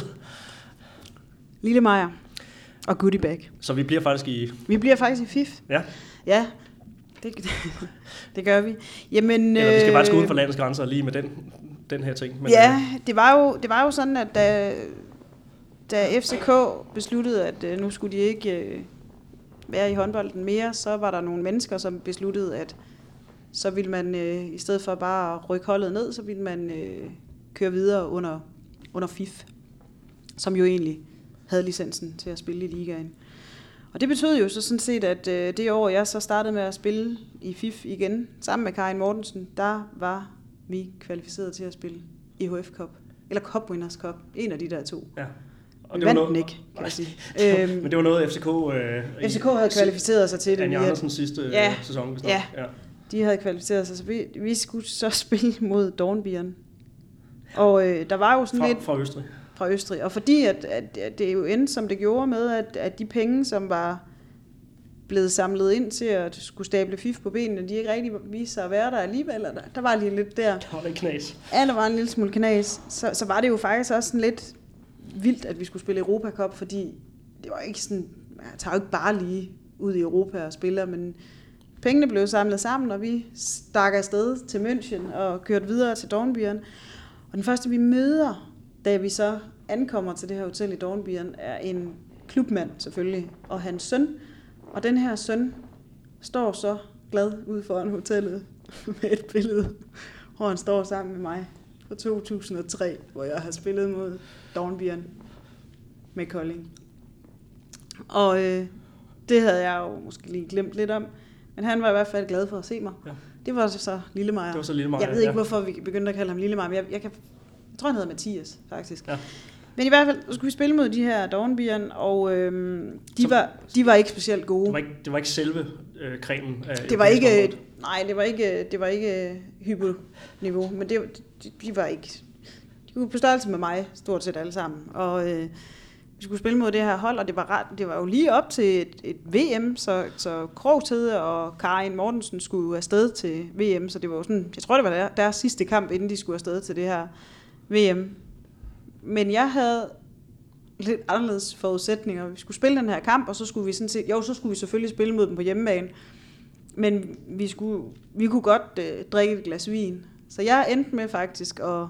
Lille Maja og Goodie Bag. Så vi bliver faktisk i... Vi bliver faktisk i FIF. Ja. Ja, det gør vi. Jamen, vi skal faktisk uden for landets grænser lige med den her ting. Men, ja, det var jo sådan, at da FCK besluttede, at nu skulle de ikke være i håndbolden mere, så var der nogle mennesker, som besluttede, at så ville man i stedet for bare at rykke holdet ned, så ville man køre videre under FIF, som jo egentlig havde licensen til at spille i ligaen. Og det betød jo så sådan set, at det år, jeg så startede med at spille i FIF igen, sammen med Karin Mortensen, der var vi kvalificeret til at spille EHF Cup, eller Cup Winners Cup, en af de der to. Ja. Og vi vandt den ikke, kan jeg sige. Men det var noget, FCK... FCK havde kvalificeret sig til det. Annie Andersens sidste sæson. Ja, de havde kvalificeret sig, så vi skulle så spille mod Dornbirn. Og der var jo sådan lidt... Fra Østrig. Og fordi at det jo endte, som det gjorde med, at de penge, som var blevet samlet ind til at skulle stable FIF på benene, de ikke rigtig viste sig at være der alligevel. Der var lige lidt der. Der var lidt knas. Ja, der var en lille smule knas. Så var det jo faktisk også sådan lidt vildt, at vi skulle spille Europa Cup, fordi det var ikke sådan, jeg tager jo ikke bare lige ud i Europa og spiller, men pengene blev samlet sammen, og vi stak afsted til München og kørte videre til Dornbirn. Og den første, vi møder, da vi så ankommer til det her hotel i Dornbirn, er en klubmand selvfølgelig, og hans søn. Og den her søn står så glad ude foran hotellet med et billede, hvor han står sammen med mig fra 2003, hvor jeg har spillet mod Dornbirn med Kolding. Og det havde jeg jo måske lige glemt lidt om, men han var i hvert fald glad for at se mig. Ja. Det var så Lille Maja. Det var så Lille Maja. Jeg ved ikke, hvorfor vi begyndte at kalde ham Lille Maja, men jeg tror, han hedder Mathias, faktisk. Ja. Men i hvert fald skulle vi spille mod de her Dornbirn, og de var ikke specielt gode. Det var ikke selve cremen af det var ikke, nej, det var ikke hypo-niveau, men de var ikke... De kunne på størrelse med mig, stort set alle sammen. Og vi skulle spille mod det her hold, og det var jo lige op til et VM, så Krogshede og Karin Mortensen skulle jo afsted til VM, så det var jo sådan, jeg tror, det var deres sidste kamp, inden de skulle afsted til det her VM. Men jeg havde lidt anderledes forudsætninger. Vi skulle spille den her kamp, og så skulle vi så skulle vi selvfølgelig spille mod dem på hjemmebane. Men vi kunne godt drikke et glas vin. Så jeg endte med faktisk at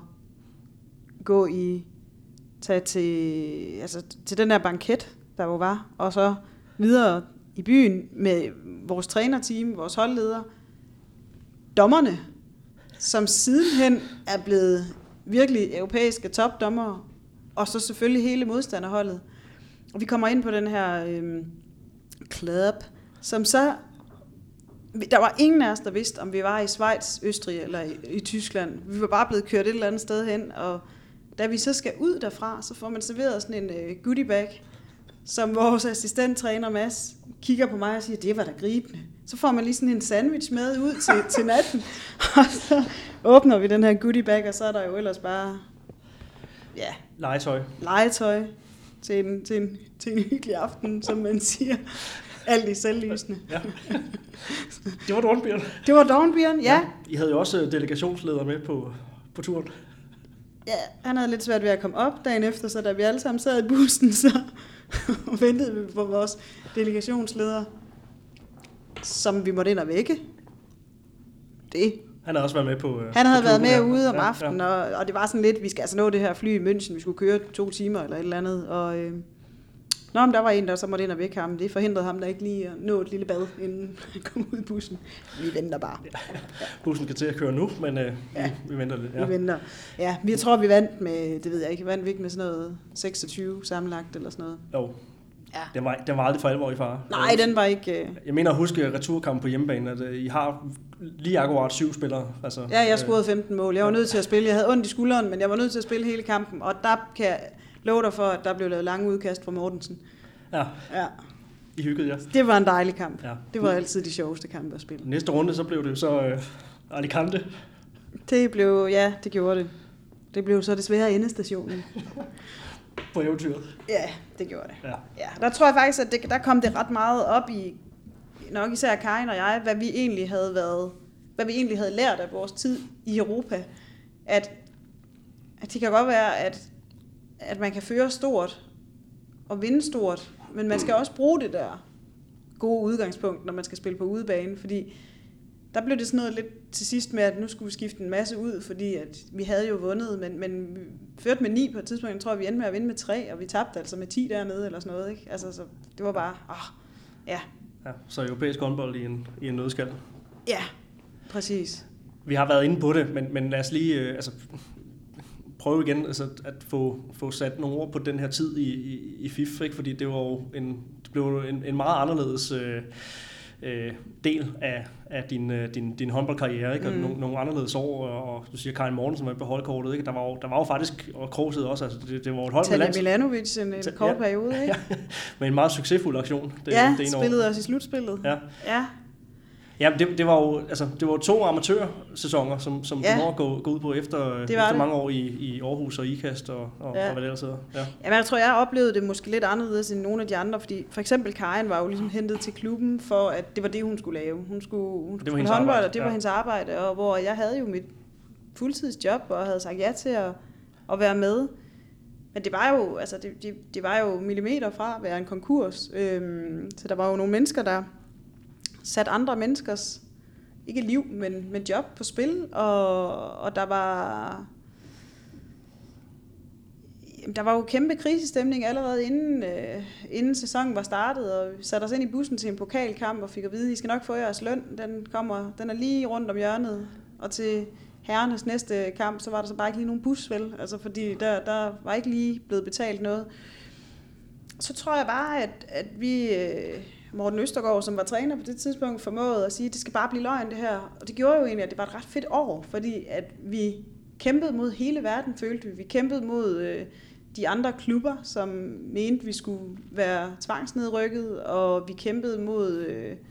tage til den her banket, der jo var, og så videre i byen med vores trænerteam, vores holdleder, dommerne, som sidenhen er blevet virkelig europæiske topdommere, og så selvfølgelig hele modstanderholdet. Og vi kommer ind på den her club, som så... Der var ingen af os, der vidste, om vi var i Schweiz, Østrig eller i Tyskland. Vi var bare blevet kørt et eller andet sted hen, og da vi så skal ud derfra, så får man serveret sådan en goodie bag, som vores assistenttræner Mads kigger på mig og siger, det var da gribende. Så får man lige sådan en sandwich med ud til natten, og så åbner vi den her goodie bag, og så er der jo ellers bare legetøj til en hyggelig aften, som man siger. Alt i selvlysende. Ja. Det var Dornbirn. Det var Dornbirn, ja. I havde jo også delegationsleder med på turen. Ja, han havde lidt svært ved at komme op dagen efter, så da vi alle sammen sad i bussen, så ventede vi på vores delegationsleder, som vi måtte ind og vække. Han havde også været med på... Han havde været med ude om aftenen, og det var sådan lidt, vi skal altså nå det her fly i München, vi skulle køre 2 timer eller et eller andet, Nå, men der var en, der så måtte ind og vække ham. Det forhindrede ham, der ikke lige at nå et lille bad, inden han kom ud i bussen. Vi venter bare. Ja. Bussen skal til at køre nu, men vi venter lidt. Ja. Vi venter. Ja, vi tror, vi vandt med, det ved jeg ikke, vandt vi ikke med sådan noget 26 sammenlagt eller sådan noget? Jo. Ja. Den var aldrig for alvor i fare. Nej, den var ikke... Jeg mener at huske returkampen på hjemmebane, at I har lige akkurat 7 spillere. Altså, ja, jeg scorede 15 mål. Jeg var nødt til at spille. Jeg havde ondt i skulderen, men jeg var nødt til at spille hele kampen. Og der kan jeg love dig for, at der blev lavet lange udkast fra Mortensen. Ja. I hyggede jer. Det var en dejlig kamp. Ja. Det var altid de sjoveste kampe at spille. Næste runde, så blev det jo så Alicante. Det gjorde det. Det blev så desværre endestationen. På eventyret. Ja, det gjorde det. Ja. Der tror jeg faktisk, at der kom det ret meget op i, nok især Karin og jeg, hvad vi egentlig havde lært af vores tid i Europa. At det kan godt være, at man kan føre stort og vinde stort, men man skal også bruge det der gode udgangspunkt, når man skal spille på udebane, fordi der blev det sådan noget lidt til sidst med, at nu skulle vi skifte en masse ud, fordi at vi havde jo vundet, men vi førte med 9 på et tidspunkt. Jeg tror, vi endte med at vinde med 3, og vi tabte altså med 10 dernede, eller sådan noget. Ikke? Altså, så det var bare, ja. Så europæisk håndbold i en nødskal. Ja, præcis. Vi har været inde på det, men lad os lige prøve igen at få sat nogle ord på den her tid i FIF, ikke? Fordi det var jo blev en meget anderledes del af din håndboldkarriere, ikke? Og nogle anderledes år, og du siger Karin Mortensen var på holdkortet, ikke? Der var jo faktisk, og Krogset også, altså det var et hold med Tanja Milanovic en kort periode, ikke? Men en meget succesfuld aktion. Spillede os i slutspillet. Ja. Ja, det var jo det var 2 amatørsæsoner, som du må gå ud på efter mange år i Aarhus og IKAST og hvad det ellers hedder. Ja. Jamen, jeg tror, jeg oplevede det måske lidt anderledes end nogle af de andre, fordi for eksempel Karin var jo ligesom hentet til klubben for, at det var det, hun skulle lave. Hun skulle spille håndbold, og det var hendes arbejde, og hvor jeg havde jo mit fuldtidsjob og havde sagt ja til at være med. Men det var jo, det var jo millimeter fra at være en konkurs. Så der var jo nogle mennesker, der sat andre menneskers, ikke liv, men job på spil, og der var jo kæmpe krisestemning allerede inden sæsonen var startet, og vi satte os ind i bussen til en pokalkamp og fik at vide, I skal nok få jeres løn, den er lige rundt om hjørnet, og til herrenes næste kamp, så var der så bare ikke lige nogen bus, vel, altså fordi der var ikke lige blevet betalt noget. Så tror jeg bare, at vi... Morten Østergaard, som var træner på det tidspunkt, formåede at sige, at det skal bare blive løgn det her. Og det gjorde jo egentlig, at det var et ret fedt år, fordi at vi kæmpede mod hele verden, følte vi. Vi kæmpede mod de andre klubber, som mente, vi skulle være tvangsnedrykket, og vi kæmpede mod...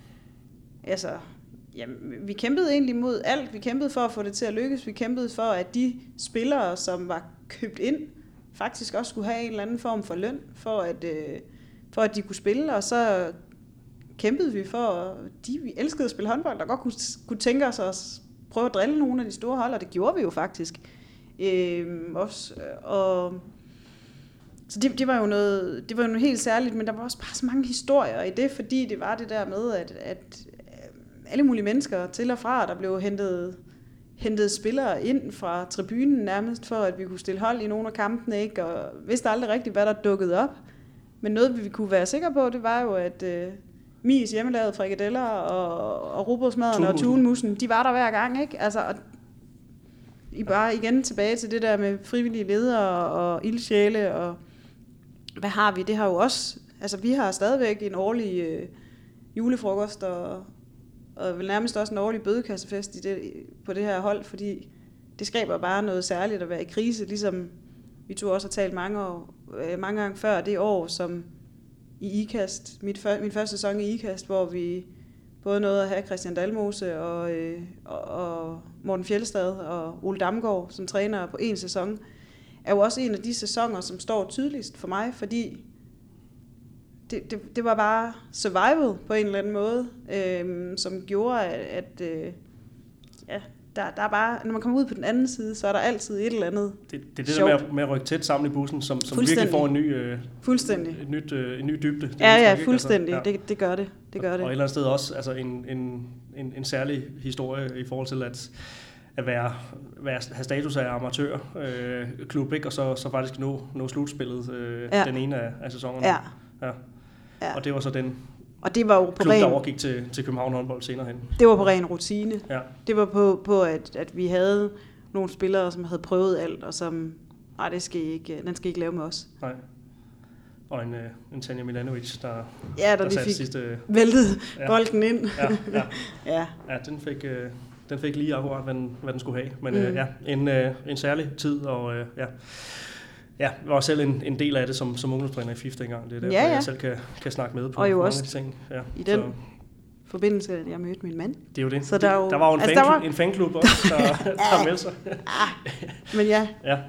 vi kæmpede egentlig mod alt. Vi kæmpede for at få det til at lykkes. Vi kæmpede for, at de spillere, som var købt ind, faktisk også skulle have en eller anden form for løn, for at de kunne spille, og så kæmpede vi for, vi elskede at spille håndbold, der godt kunne tænke os at prøve at drille nogle af de store hold, og det gjorde vi jo faktisk. Også, så det var jo noget helt særligt, men der var også bare så mange historier i det, fordi det var det der med, at alle mulige mennesker til og fra, der blev hentet spillere ind fra tribunen nærmest, for at vi kunne stille hold i nogle af kampene, ikke? Og vidste aldrig rigtigt, hvad der dukkede op. Men noget, vi kunne være sikre på, det var jo, at Mies hjemmelavede frikadeller og rugbrødsmaderne og tunmussen, de var der hver gang, ikke? Altså, og I bare igen tilbage til det der med frivillige ledere og ildsjæle, og hvad har vi? Det har jo også, altså vi har stadigvæk en årlig julefrokost, og vel nærmest også en årlig bødekassefest på det her hold, fordi det skaber bare noget særligt at være i krise, ligesom vi to også har talt mange gange før det år, som i IKAST, min første sæson i IKAST, hvor vi både nåede at have Christian Dalmose og Morten Fjeldstad og Ole Damgaard som træner på en sæson, er jo også en af de sæsoner, som står tydeligst for mig, fordi det var bare survival på en eller anden måde, som gjorde, at der er bare, når man kommer ud på den anden side, så er der altid et eller andet det er det sjovt. Der med at rykke tæt sammen i bussen, som virkelig får en ny dybde. Ja, fuldstændig. Altså, det gør det. Og et eller andet sted også altså en særlig historie i forhold til at have status af amatørklub, ikke? Og så faktisk nå slutspillet den ene af sæsonerne. Ja. Ja. Og det var så den og det var jo på klub, der overgik til København håndbold senere hen. Det var på ren rutine. Ja. Det var på at vi havde nogle spillere, som havde prøvet alt, og som, nej, den skal I ikke lave med os. Nej. Og en Tanja Milanovic, der lige fik sidste væltet bolden ind. Ja, den fik lige akkurat, hvad den skulle have. Men en særlig tid, og jeg var selv en del af det som ungdomstræner i FIF dengang. Det er derfor, jeg selv kan snakke med på mange af de ting. Ja, i den forbindelse, at jeg mødte min mand. Det er jo det. Så der var jo en fanklub også, der meldte sig. Men ja.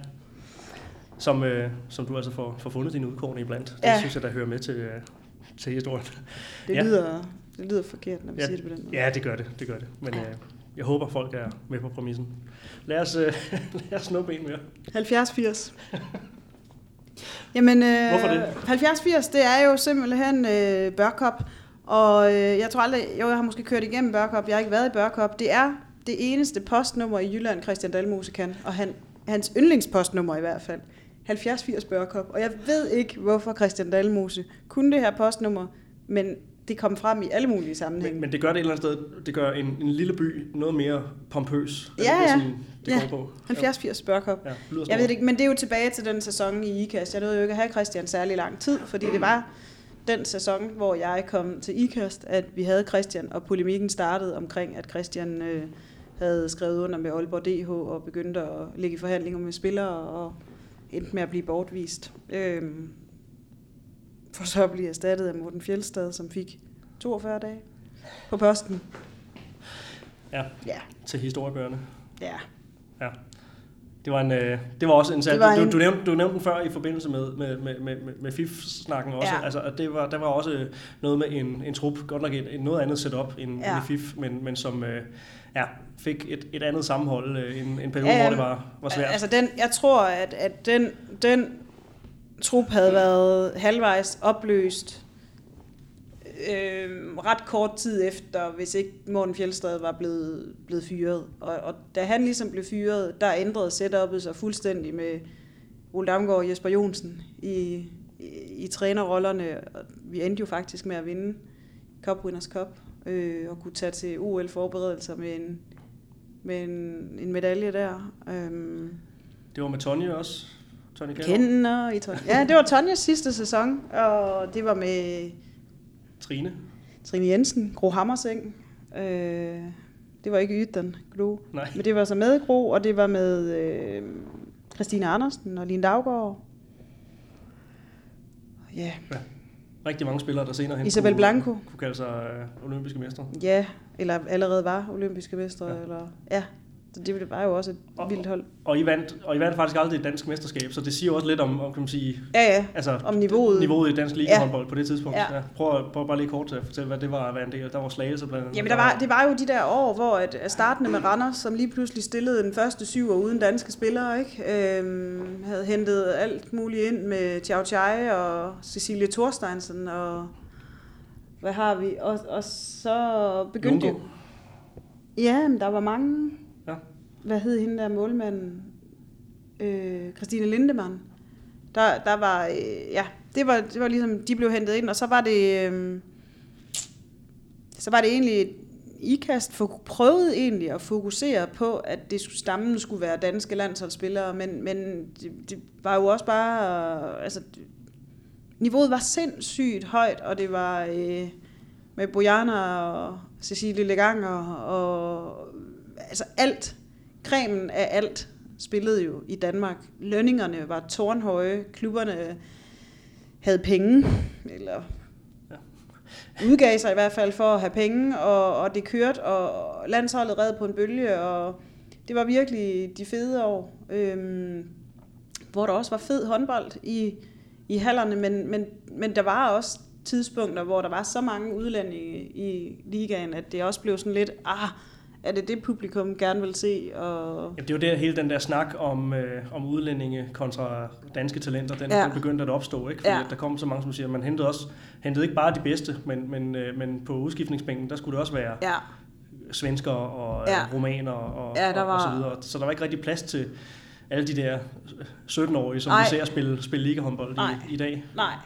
Som du altså får fundet dine udkårne iblandt. Det synes jeg, der hører med til historien. Det lyder forkert, når vi siger det på den måde. Ja, det gør det. Men jeg håber, folk er med på præmissen. Lad os snuppe en mere. 70-80. Jamen, hvorfor det? 70-80, det er jo simpelthen Børkop. Og jeg tror aldrig, jeg har måske kørt igennem Børkop, jeg har ikke været i Børkop. Det er det eneste postnummer i Jylland, Christian Dalmose kan, og hans yndlingspostnummer i hvert fald. 70-80 Børkop. Og jeg ved ikke, hvorfor Christian Dalmose kunne det her postnummer, men det kom frem i alle mulige sammenhænge. Men det gør det et eller andet sted, det gør en lille by noget mere pompøs. Det går på. 70-80 Børkop. Ja, jeg ved det ikke, men det er jo tilbage til den sæson i IKAST. Jeg nåede jo ikke at have Christian særlig lang tid, fordi det var den sæson, hvor jeg kom til IKAST, at vi havde Christian, og polemikken startede omkring, at Christian havde skrevet under med Aalborg DH og begyndte at ligge i forhandlinger med spillere og endte med at blive bortvist. For så at blive erstattet af Morten Fjeldstad, som fik 42 dage på posten. Ja. Til historiebøgerne. Ja. Det var også en særlig. Du nævnte den før i forbindelse med FIF-snakken også. Ja. Altså, at der var også noget med en trup, godt nok noget andet setup end i FIF, men som fik et andet sammenhold en periode, hvor det var svært. Altså jeg tror, at den trup havde været halvvejs opløst ret kort tid efter, hvis ikke Morten Fjeldstad var blevet fyret. Og da han ligesom blev fyret, der ændrede setup'et sig fuldstændig med Ole Damgaard og Jesper Johnsen i trænerrollerne. Vi endte jo faktisk med at vinde Cup Winners Cup og kunne tage til OL-forberedelser med en medalje der. Det var med Tonje også? Ja, det var Tonjes sidste sæson, og det var med Trine Jensen, Gro Hammerseng. Det var ikke Ytten, Gro. Nej. Men det var så med Gro, og det var med Christine Andersen og Line Daugaard. Ja. Rigtig mange spillere, der senere hen Isabel Blanco kunne kalde sig olympiske mestre. Ja, eller allerede var olympiske mestre. Ja. Så det var jo også et vildt hold. Og I vandt faktisk aldrig et dansk mesterskab, så det siger også lidt om kan man sige, altså, om niveauet i dansk ligahåndbold på det tidspunkt. Ja. Prøv bare lige kort til at fortælle, hvad det var at være en del. Der var Slagelse blandt andet. Jamen, det var jo de der år, hvor at startende med Randers, som lige pludselig stillede den første 7 uden danske spillere, ikke? Havde hentet alt muligt ind med Chiao Chai og Cecilie Thorsteinsen, og hvad har vi? Og så begyndte det. Ja, men der var mange. Ja. Hvad hed hende der målmanden? Christine Lindemann. Der var, det var ligesom, de blev hentet ind, og så var det egentlig IKAST prøvede egentlig at fokusere på, at det stammen skulle være danske landsholdsspillere, men det var jo også bare, altså, niveauet var sindssygt højt, og det var med Bojana og Cecilie Leganger og altså alt, cremen af alt spillede jo i Danmark. Lønningerne var tårnhøje, klubberne havde penge, eller udgav sig i hvert fald for at have penge, og det kørte, og landsholdet red på en bølge, og det var virkelig de fede år, hvor der også var fed håndbold i hallerne, men der var også tidspunkter, hvor der var så mange udlændinge i ligaen, at det også blev sådan lidt, er det publikum gerne vil se? Og jamen, det er jo der, hele den der snak om udlændinge kontra danske talenter, den begyndte at opstå, ikke? Fordi der kom så mange, som siger, at man hentede ikke bare de bedste, men på udskiftningsbænken, der skulle det også være svensker og romaner og så videre. Så der var ikke rigtig plads til alle de der 17-årige, som vi ser spille ligahåndbold i dag. Nej.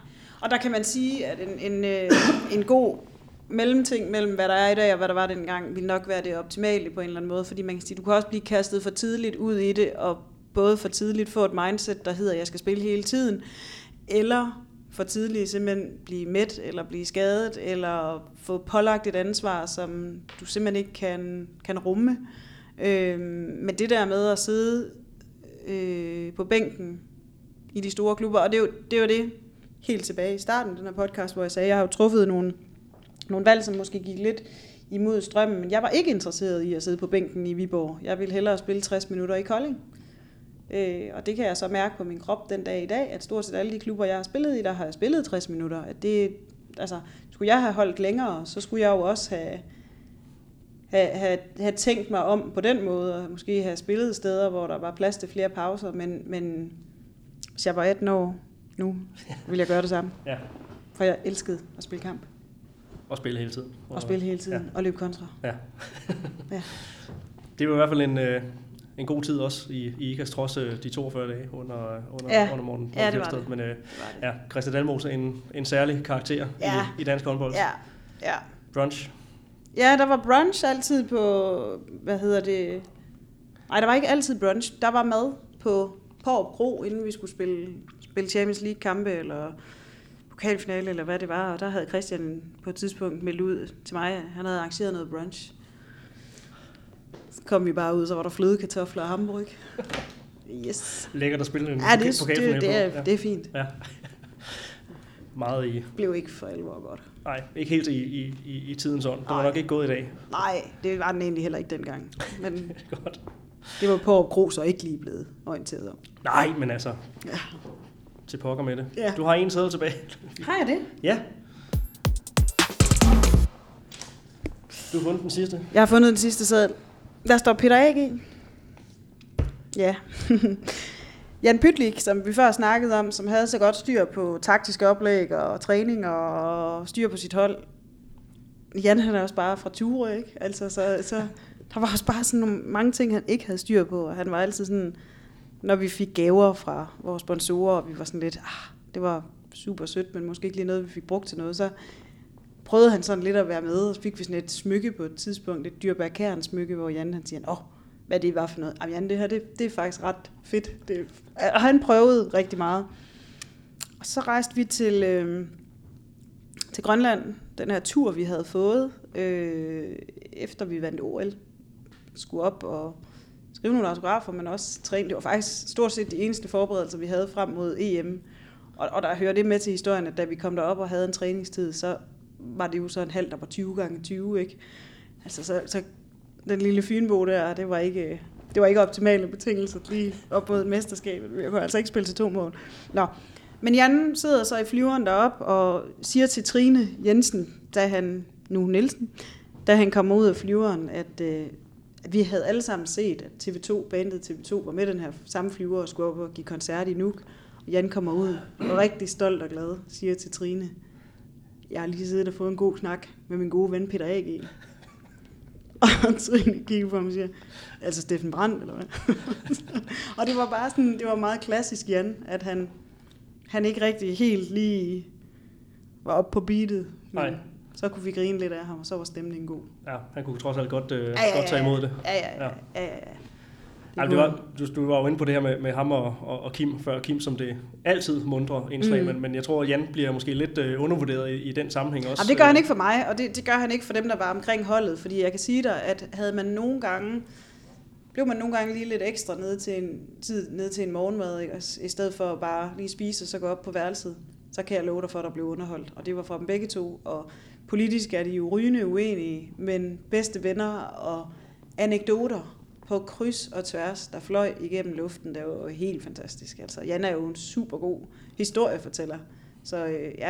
Og der kan man sige, at en god mellemting mellem, hvad der er i dag og hvad der var dengang, vil nok være det optimale på en eller anden måde, fordi man kan sige, du kan også blive kastet for tidligt ud i det, og både for tidligt få et mindset, der hedder, at jeg skal spille hele tiden, eller for tidligt simpelthen blive mæt, eller blive skadet, eller få pålagt et ansvar, som du simpelthen ikke kan rumme. Men det der med at sidde på bænken i de store klubber, og det er jo det helt tilbage i starten af den her podcast, hvor jeg sagde, at jeg har jo truffet nogle valg, som måske gik lidt imod strømmen, men jeg var ikke interesseret i at sidde på bænken i Viborg. Jeg ville hellere spille 60 minutter i Kolding. Og det kan jeg så mærke på min krop den dag i dag, at stort set alle de klubber, jeg har spillet i, der har jeg spillet 60 minutter. At det, altså, skulle jeg have holdt længere, så skulle jeg jo også have tænkt mig om på den måde, og måske have spillet steder, hvor der var plads til flere pauser, men hvis jeg var 18 år nu, ville jeg gøre det samme. Ja. For jeg elskede at spille kamp. Og spille hele tiden. Og spille hele tiden, og løbe kontra. Ja. Ja. Det var i hvert fald en god tid også i IKAS, trods de 42 dage under morgen. Ja, det var det. Men ja, Christian Dalmose en særlig karakter i dansk håndbold. Ja. Brunch. Ja, der var brunch altid på, Nej, der var ikke altid brunch. Der var mad på Bro, inden vi skulle spille Champions League-kampe, eller pokalfinale, eller hvad det var. Og der havde Christian på et tidspunkt meldt ud til mig, at han havde arrangeret noget brunch. Så kom vi bare ud, så var der flødekartofler og hamburg. Yes. Lækkert at spille en pokalfinale. Det er fint. Ja. Meget i... Blev ikke for alvor godt. Nej, ikke helt i tidens ånd. Det var nok ikke gået i dag. Nej, det var den egentlig heller ikke dengang. Men godt. Det var på Gros og ikke lige blevet orienteret om. Nej, men altså... Ja. Til pokker med det. Ja. Du har en sæde tilbage. Har jeg det? Ja. Du har fundet den sidste. Jeg har fundet den sidste sæde. Der står Peter A.G. Ja. Jan Pytlik, som vi før snakkede om, som havde så godt styr på taktiske oplæg og træning og styr på sit hold. Jan, han er også bare fra Ture, ikke? Altså, så der var også bare sådan nogle mange ting, han ikke havde styr på. Og han var altid sådan, når vi fik gaver fra vores sponsorer, og vi var sådan lidt, det var super sødt, men måske ikke lige noget, vi fik brugt til noget, så prøvede han sådan lidt at være med, og så fik vi sådan et smykke på et tidspunkt, et Dyrbær Kern smykke, hvor Jan han siger, hvad det var for noget. Jamen Jan, det her, det er faktisk ret fedt. Og han prøvede rigtig meget. Og så rejste vi til Grønland, den her tur, vi havde fået, efter vi vandt OL. Skulle op og skrive nogle autografer, men også træne. Det var faktisk stort set de eneste forberedelser, vi havde frem mod EM. Og der hører det med til historien, at da vi kom derop og havde en træningstid, så var det jo så en halv, der var 20 gange 20, ikke? Altså så den lille Fynbo der, det var ikke optimale betingelser lige op mod mesterskabet. Jeg kunne altså ikke spille til 2 mål. Nå. Men Jan sidder så i flyveren derop og siger til Trine Jensen, da han kommer ud af flyveren, at vi havde alle sammen set, at bandet TV2 var med den her samme flyver og skulle op og give koncert i Nuuk. Og Jan kommer ud og rigtig stolt og glad, siger til Trine, jeg har lige siddet og fået en god snak med min gode ven Peter A.G. Og Trine kigger på ham og siger, altså Steffen Brandt, eller hvad? Og det var bare sådan, det var meget klassisk Jan, at han ikke rigtig helt lige var oppe på beatet. Nej. Så kunne vi grine lidt af ham, og så var stemningen god. Ja, han kunne trods alt godt tage imod det. Ja. Jamen, du var jo inde på det her med ham og Kim, før Kim som det altid mundre indslag, men jeg tror, at Jan bliver måske lidt undervurderet i den sammenhæng også. Jamen, det gør han ikke for mig, og det gør han ikke for dem, der var omkring holdet, fordi jeg kan sige dig, at blev man nogle gange lige lidt ekstra ned til en morgenmad, ikke? I stedet for bare lige spise og så gå op på værelset, så kan jeg love dig for, at der blev underholdt. Og det var fra dem begge to, og politisk er de jo rygende uenige, men bedste venner og anekdoter på kryds og tværs, der fløj igennem luften, det var jo helt fantastisk. Altså, Jan er jo en super god historiefortæller, så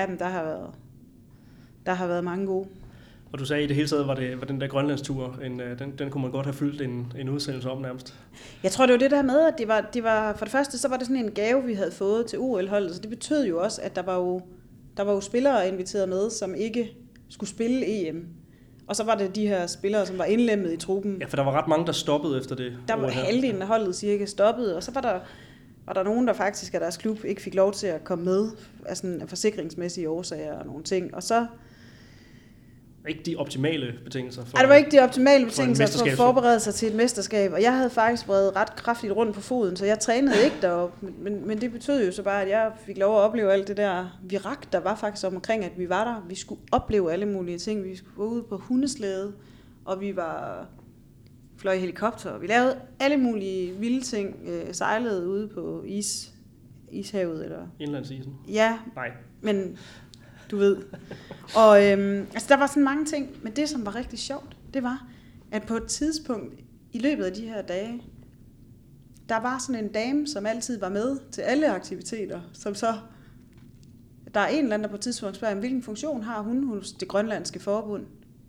der har været mange gode. Og du sagde, i det hele taget var den der Grønlandstur, den kunne man godt have fyldt en udsendelse om nærmest. Jeg tror, det var det der med, at det var for det første, så var det sådan en gave, vi havde fået til OL-holdet, så det betød jo også, at der var jo spillere inviteret med, som ikke skulle spille EM. Og så var det de her spillere, som var indlemmet i truppen. Ja, for der var ret mange, der stoppede efter det. Der var halvdelen af holdet cirka stoppet, og så var der Og der er nogen, der faktisk af deres klub ikke fik lov til at komme med af sådan forsikringsmæssige årsager og nogle ting. Og så... Ikke de optimale betingelser for... Det var ikke de optimale betingelser for at forberede sig til et mesterskab. Og jeg havde faktisk været ret kraftigt rundt på foden, så jeg trænede ikke deroppe. Men det betød jo så bare, at jeg fik lov at opleve alt det der virak, der var faktisk omkring, at vi var der. Vi skulle opleve alle mulige ting. Vi skulle gå ud på hundeslæde, og vi var... fløj i helikopter. Vi lavede alle mulige vilde ting. Sejlede ude på ishavet. Eller... Indlandsisen? Ja, nej. Men du ved. Og der var sådan mange ting. Men det, som var rigtig sjovt, det var, at på et tidspunkt i løbet af de her dage, der var sådan en dame, som altid var med til alle aktiviteter, som så... Der er en eller anden, der på et tidspunkt spørger, hvilken funktion har hun hos det grønlandske forbund?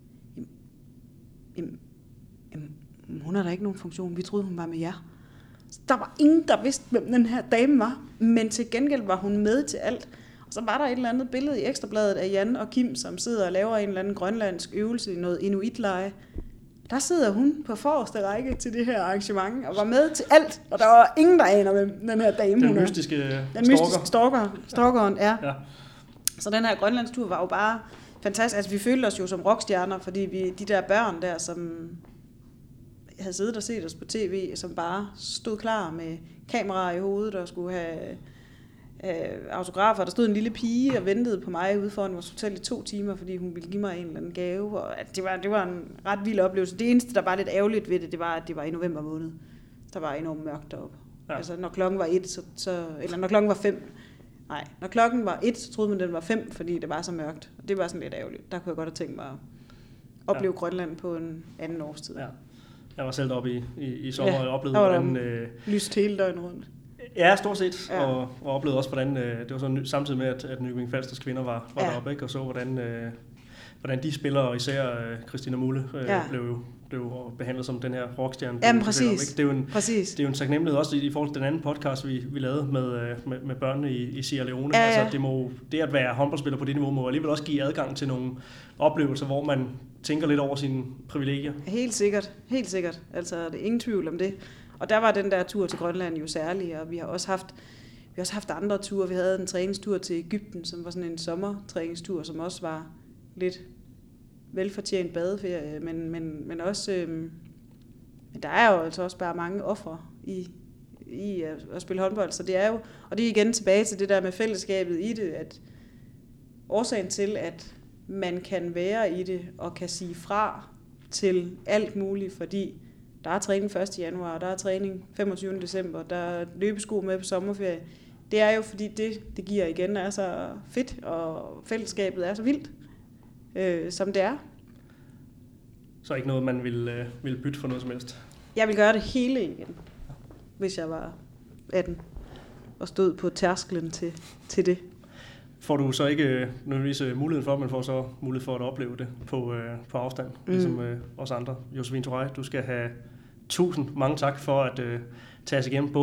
Hun har da ikke nogen funktion. Vi troede, hun var med jer. Der var ingen, der vidste, hvem den her dame var. Men til gengæld var hun med til alt. Og så var der et eller andet billede i Ekstrabladet af Jan og Kim, som sidder og laver en eller anden grønlandsk øvelse i noget inuitleje. Der sidder hun på forreste række til det her arrangement og var med til alt. Og der var ingen, der aner, hvem den her dame den hun er. Mystiske stalkeren, ja. Så den her grønlandstur var jo bare fantastisk. Altså, vi følte os jo som rockstjerner, fordi de der børn der, som havde siddet og set os på tv, som bare stod klar med kameraer i hovedet og skulle have autografer. Der stod en lille pige og ventede på mig ude foran vores hotel i 2 timer, fordi hun ville give mig en eller anden gave. Og det var en ret vild oplevelse. Det eneste, der var lidt ærgerligt ved det, det var, at det var i november måned. Der var enormt mørkt deroppe. Ja. Altså, når klokken var 1, eller når klokken var 5. Nej, når klokken var 1, så troede man, den var 5, fordi det var så mørkt. Og det var sådan lidt ærgerligt. Der kunne jeg godt have tænkt mig at opleve Grønland på en anden årstid. Ja. Jeg var selv deroppe i sommer og oplevede, hvordan... lyst hele døgnet rundt. Ja, stort set. Ja. Og oplevede også, hvordan... det var sådan samtidig med, at Nykøbing Falsters kvinder var deroppe, ikke? Og så, hvordan de spillere, og især Christina Mulle, blev behandlet som den her rockstjerne. Jamen, præcis. Det er jo en taknemmelighed også i forhold til den anden podcast, vi lavede med børnene i Sierra Leone. Ja. Altså, det at være håndboldspiller på det niveau må alligevel også give adgang til nogle oplevelser, hvor man tænker lidt over sine privilegier. Helt sikkert. Altså, det er ingen tvivl om det. Og der var den der tur til Grønland jo særlig, og vi har også haft andre ture. Vi havde en træningstur til Egypten, som var sådan en sommertræningstur, som også var lidt velfortjent badeferie, men også men der er jo altså også bare mange ofre i at spille håndbold, så det er jo, og det er igen tilbage til det der med fællesskabet i det, at årsagen til, at man kan være i det og kan sige fra til alt muligt, fordi der er træning 1. januar, der er træning 25. december, der er løbesko med på sommerferie. Det er jo fordi det giver igen er så fedt, og fællesskabet er så vildt, som det er. Så ikke noget, man vil bytte for noget som helst? Jeg vil gøre det hele igen, hvis jeg var 18 og stod på tærsklen til det. Får du så ikke nødvendigvis muligheden for, men får så mulighed for at opleve det på afstand, ligesom os andre. Josefine Touré, du skal have 1000 mange tak for at tage os igennem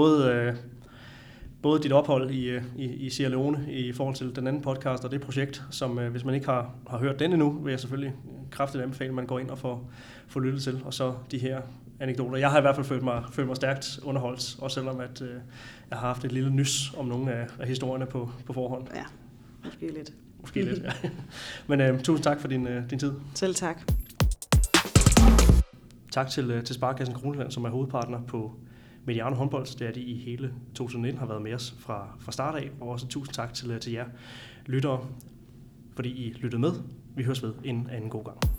både dit ophold i Sierra Leone i forhold til den anden podcast og det projekt, som hvis man ikke har hørt den endnu, vil jeg selvfølgelig kraftigt anbefale, at man går ind og får lyttet til, og så de her anekdoter. Jeg har i hvert fald følt mig stærkt underholdt, også selvom at jeg har haft et lille nys om nogle af historierne på forhånd. Ja, måske lidt. Ja. Men tusind tak for din tid. Selv tak. Tak til Sparekassen Kronjylland, som er hovedpartner på Mediano Håndbold. Det er de i hele 2019 har været med os fra start af. Og også tusind tak til jer lyttere, fordi I lyttede med. Vi høres ved en anden god gang.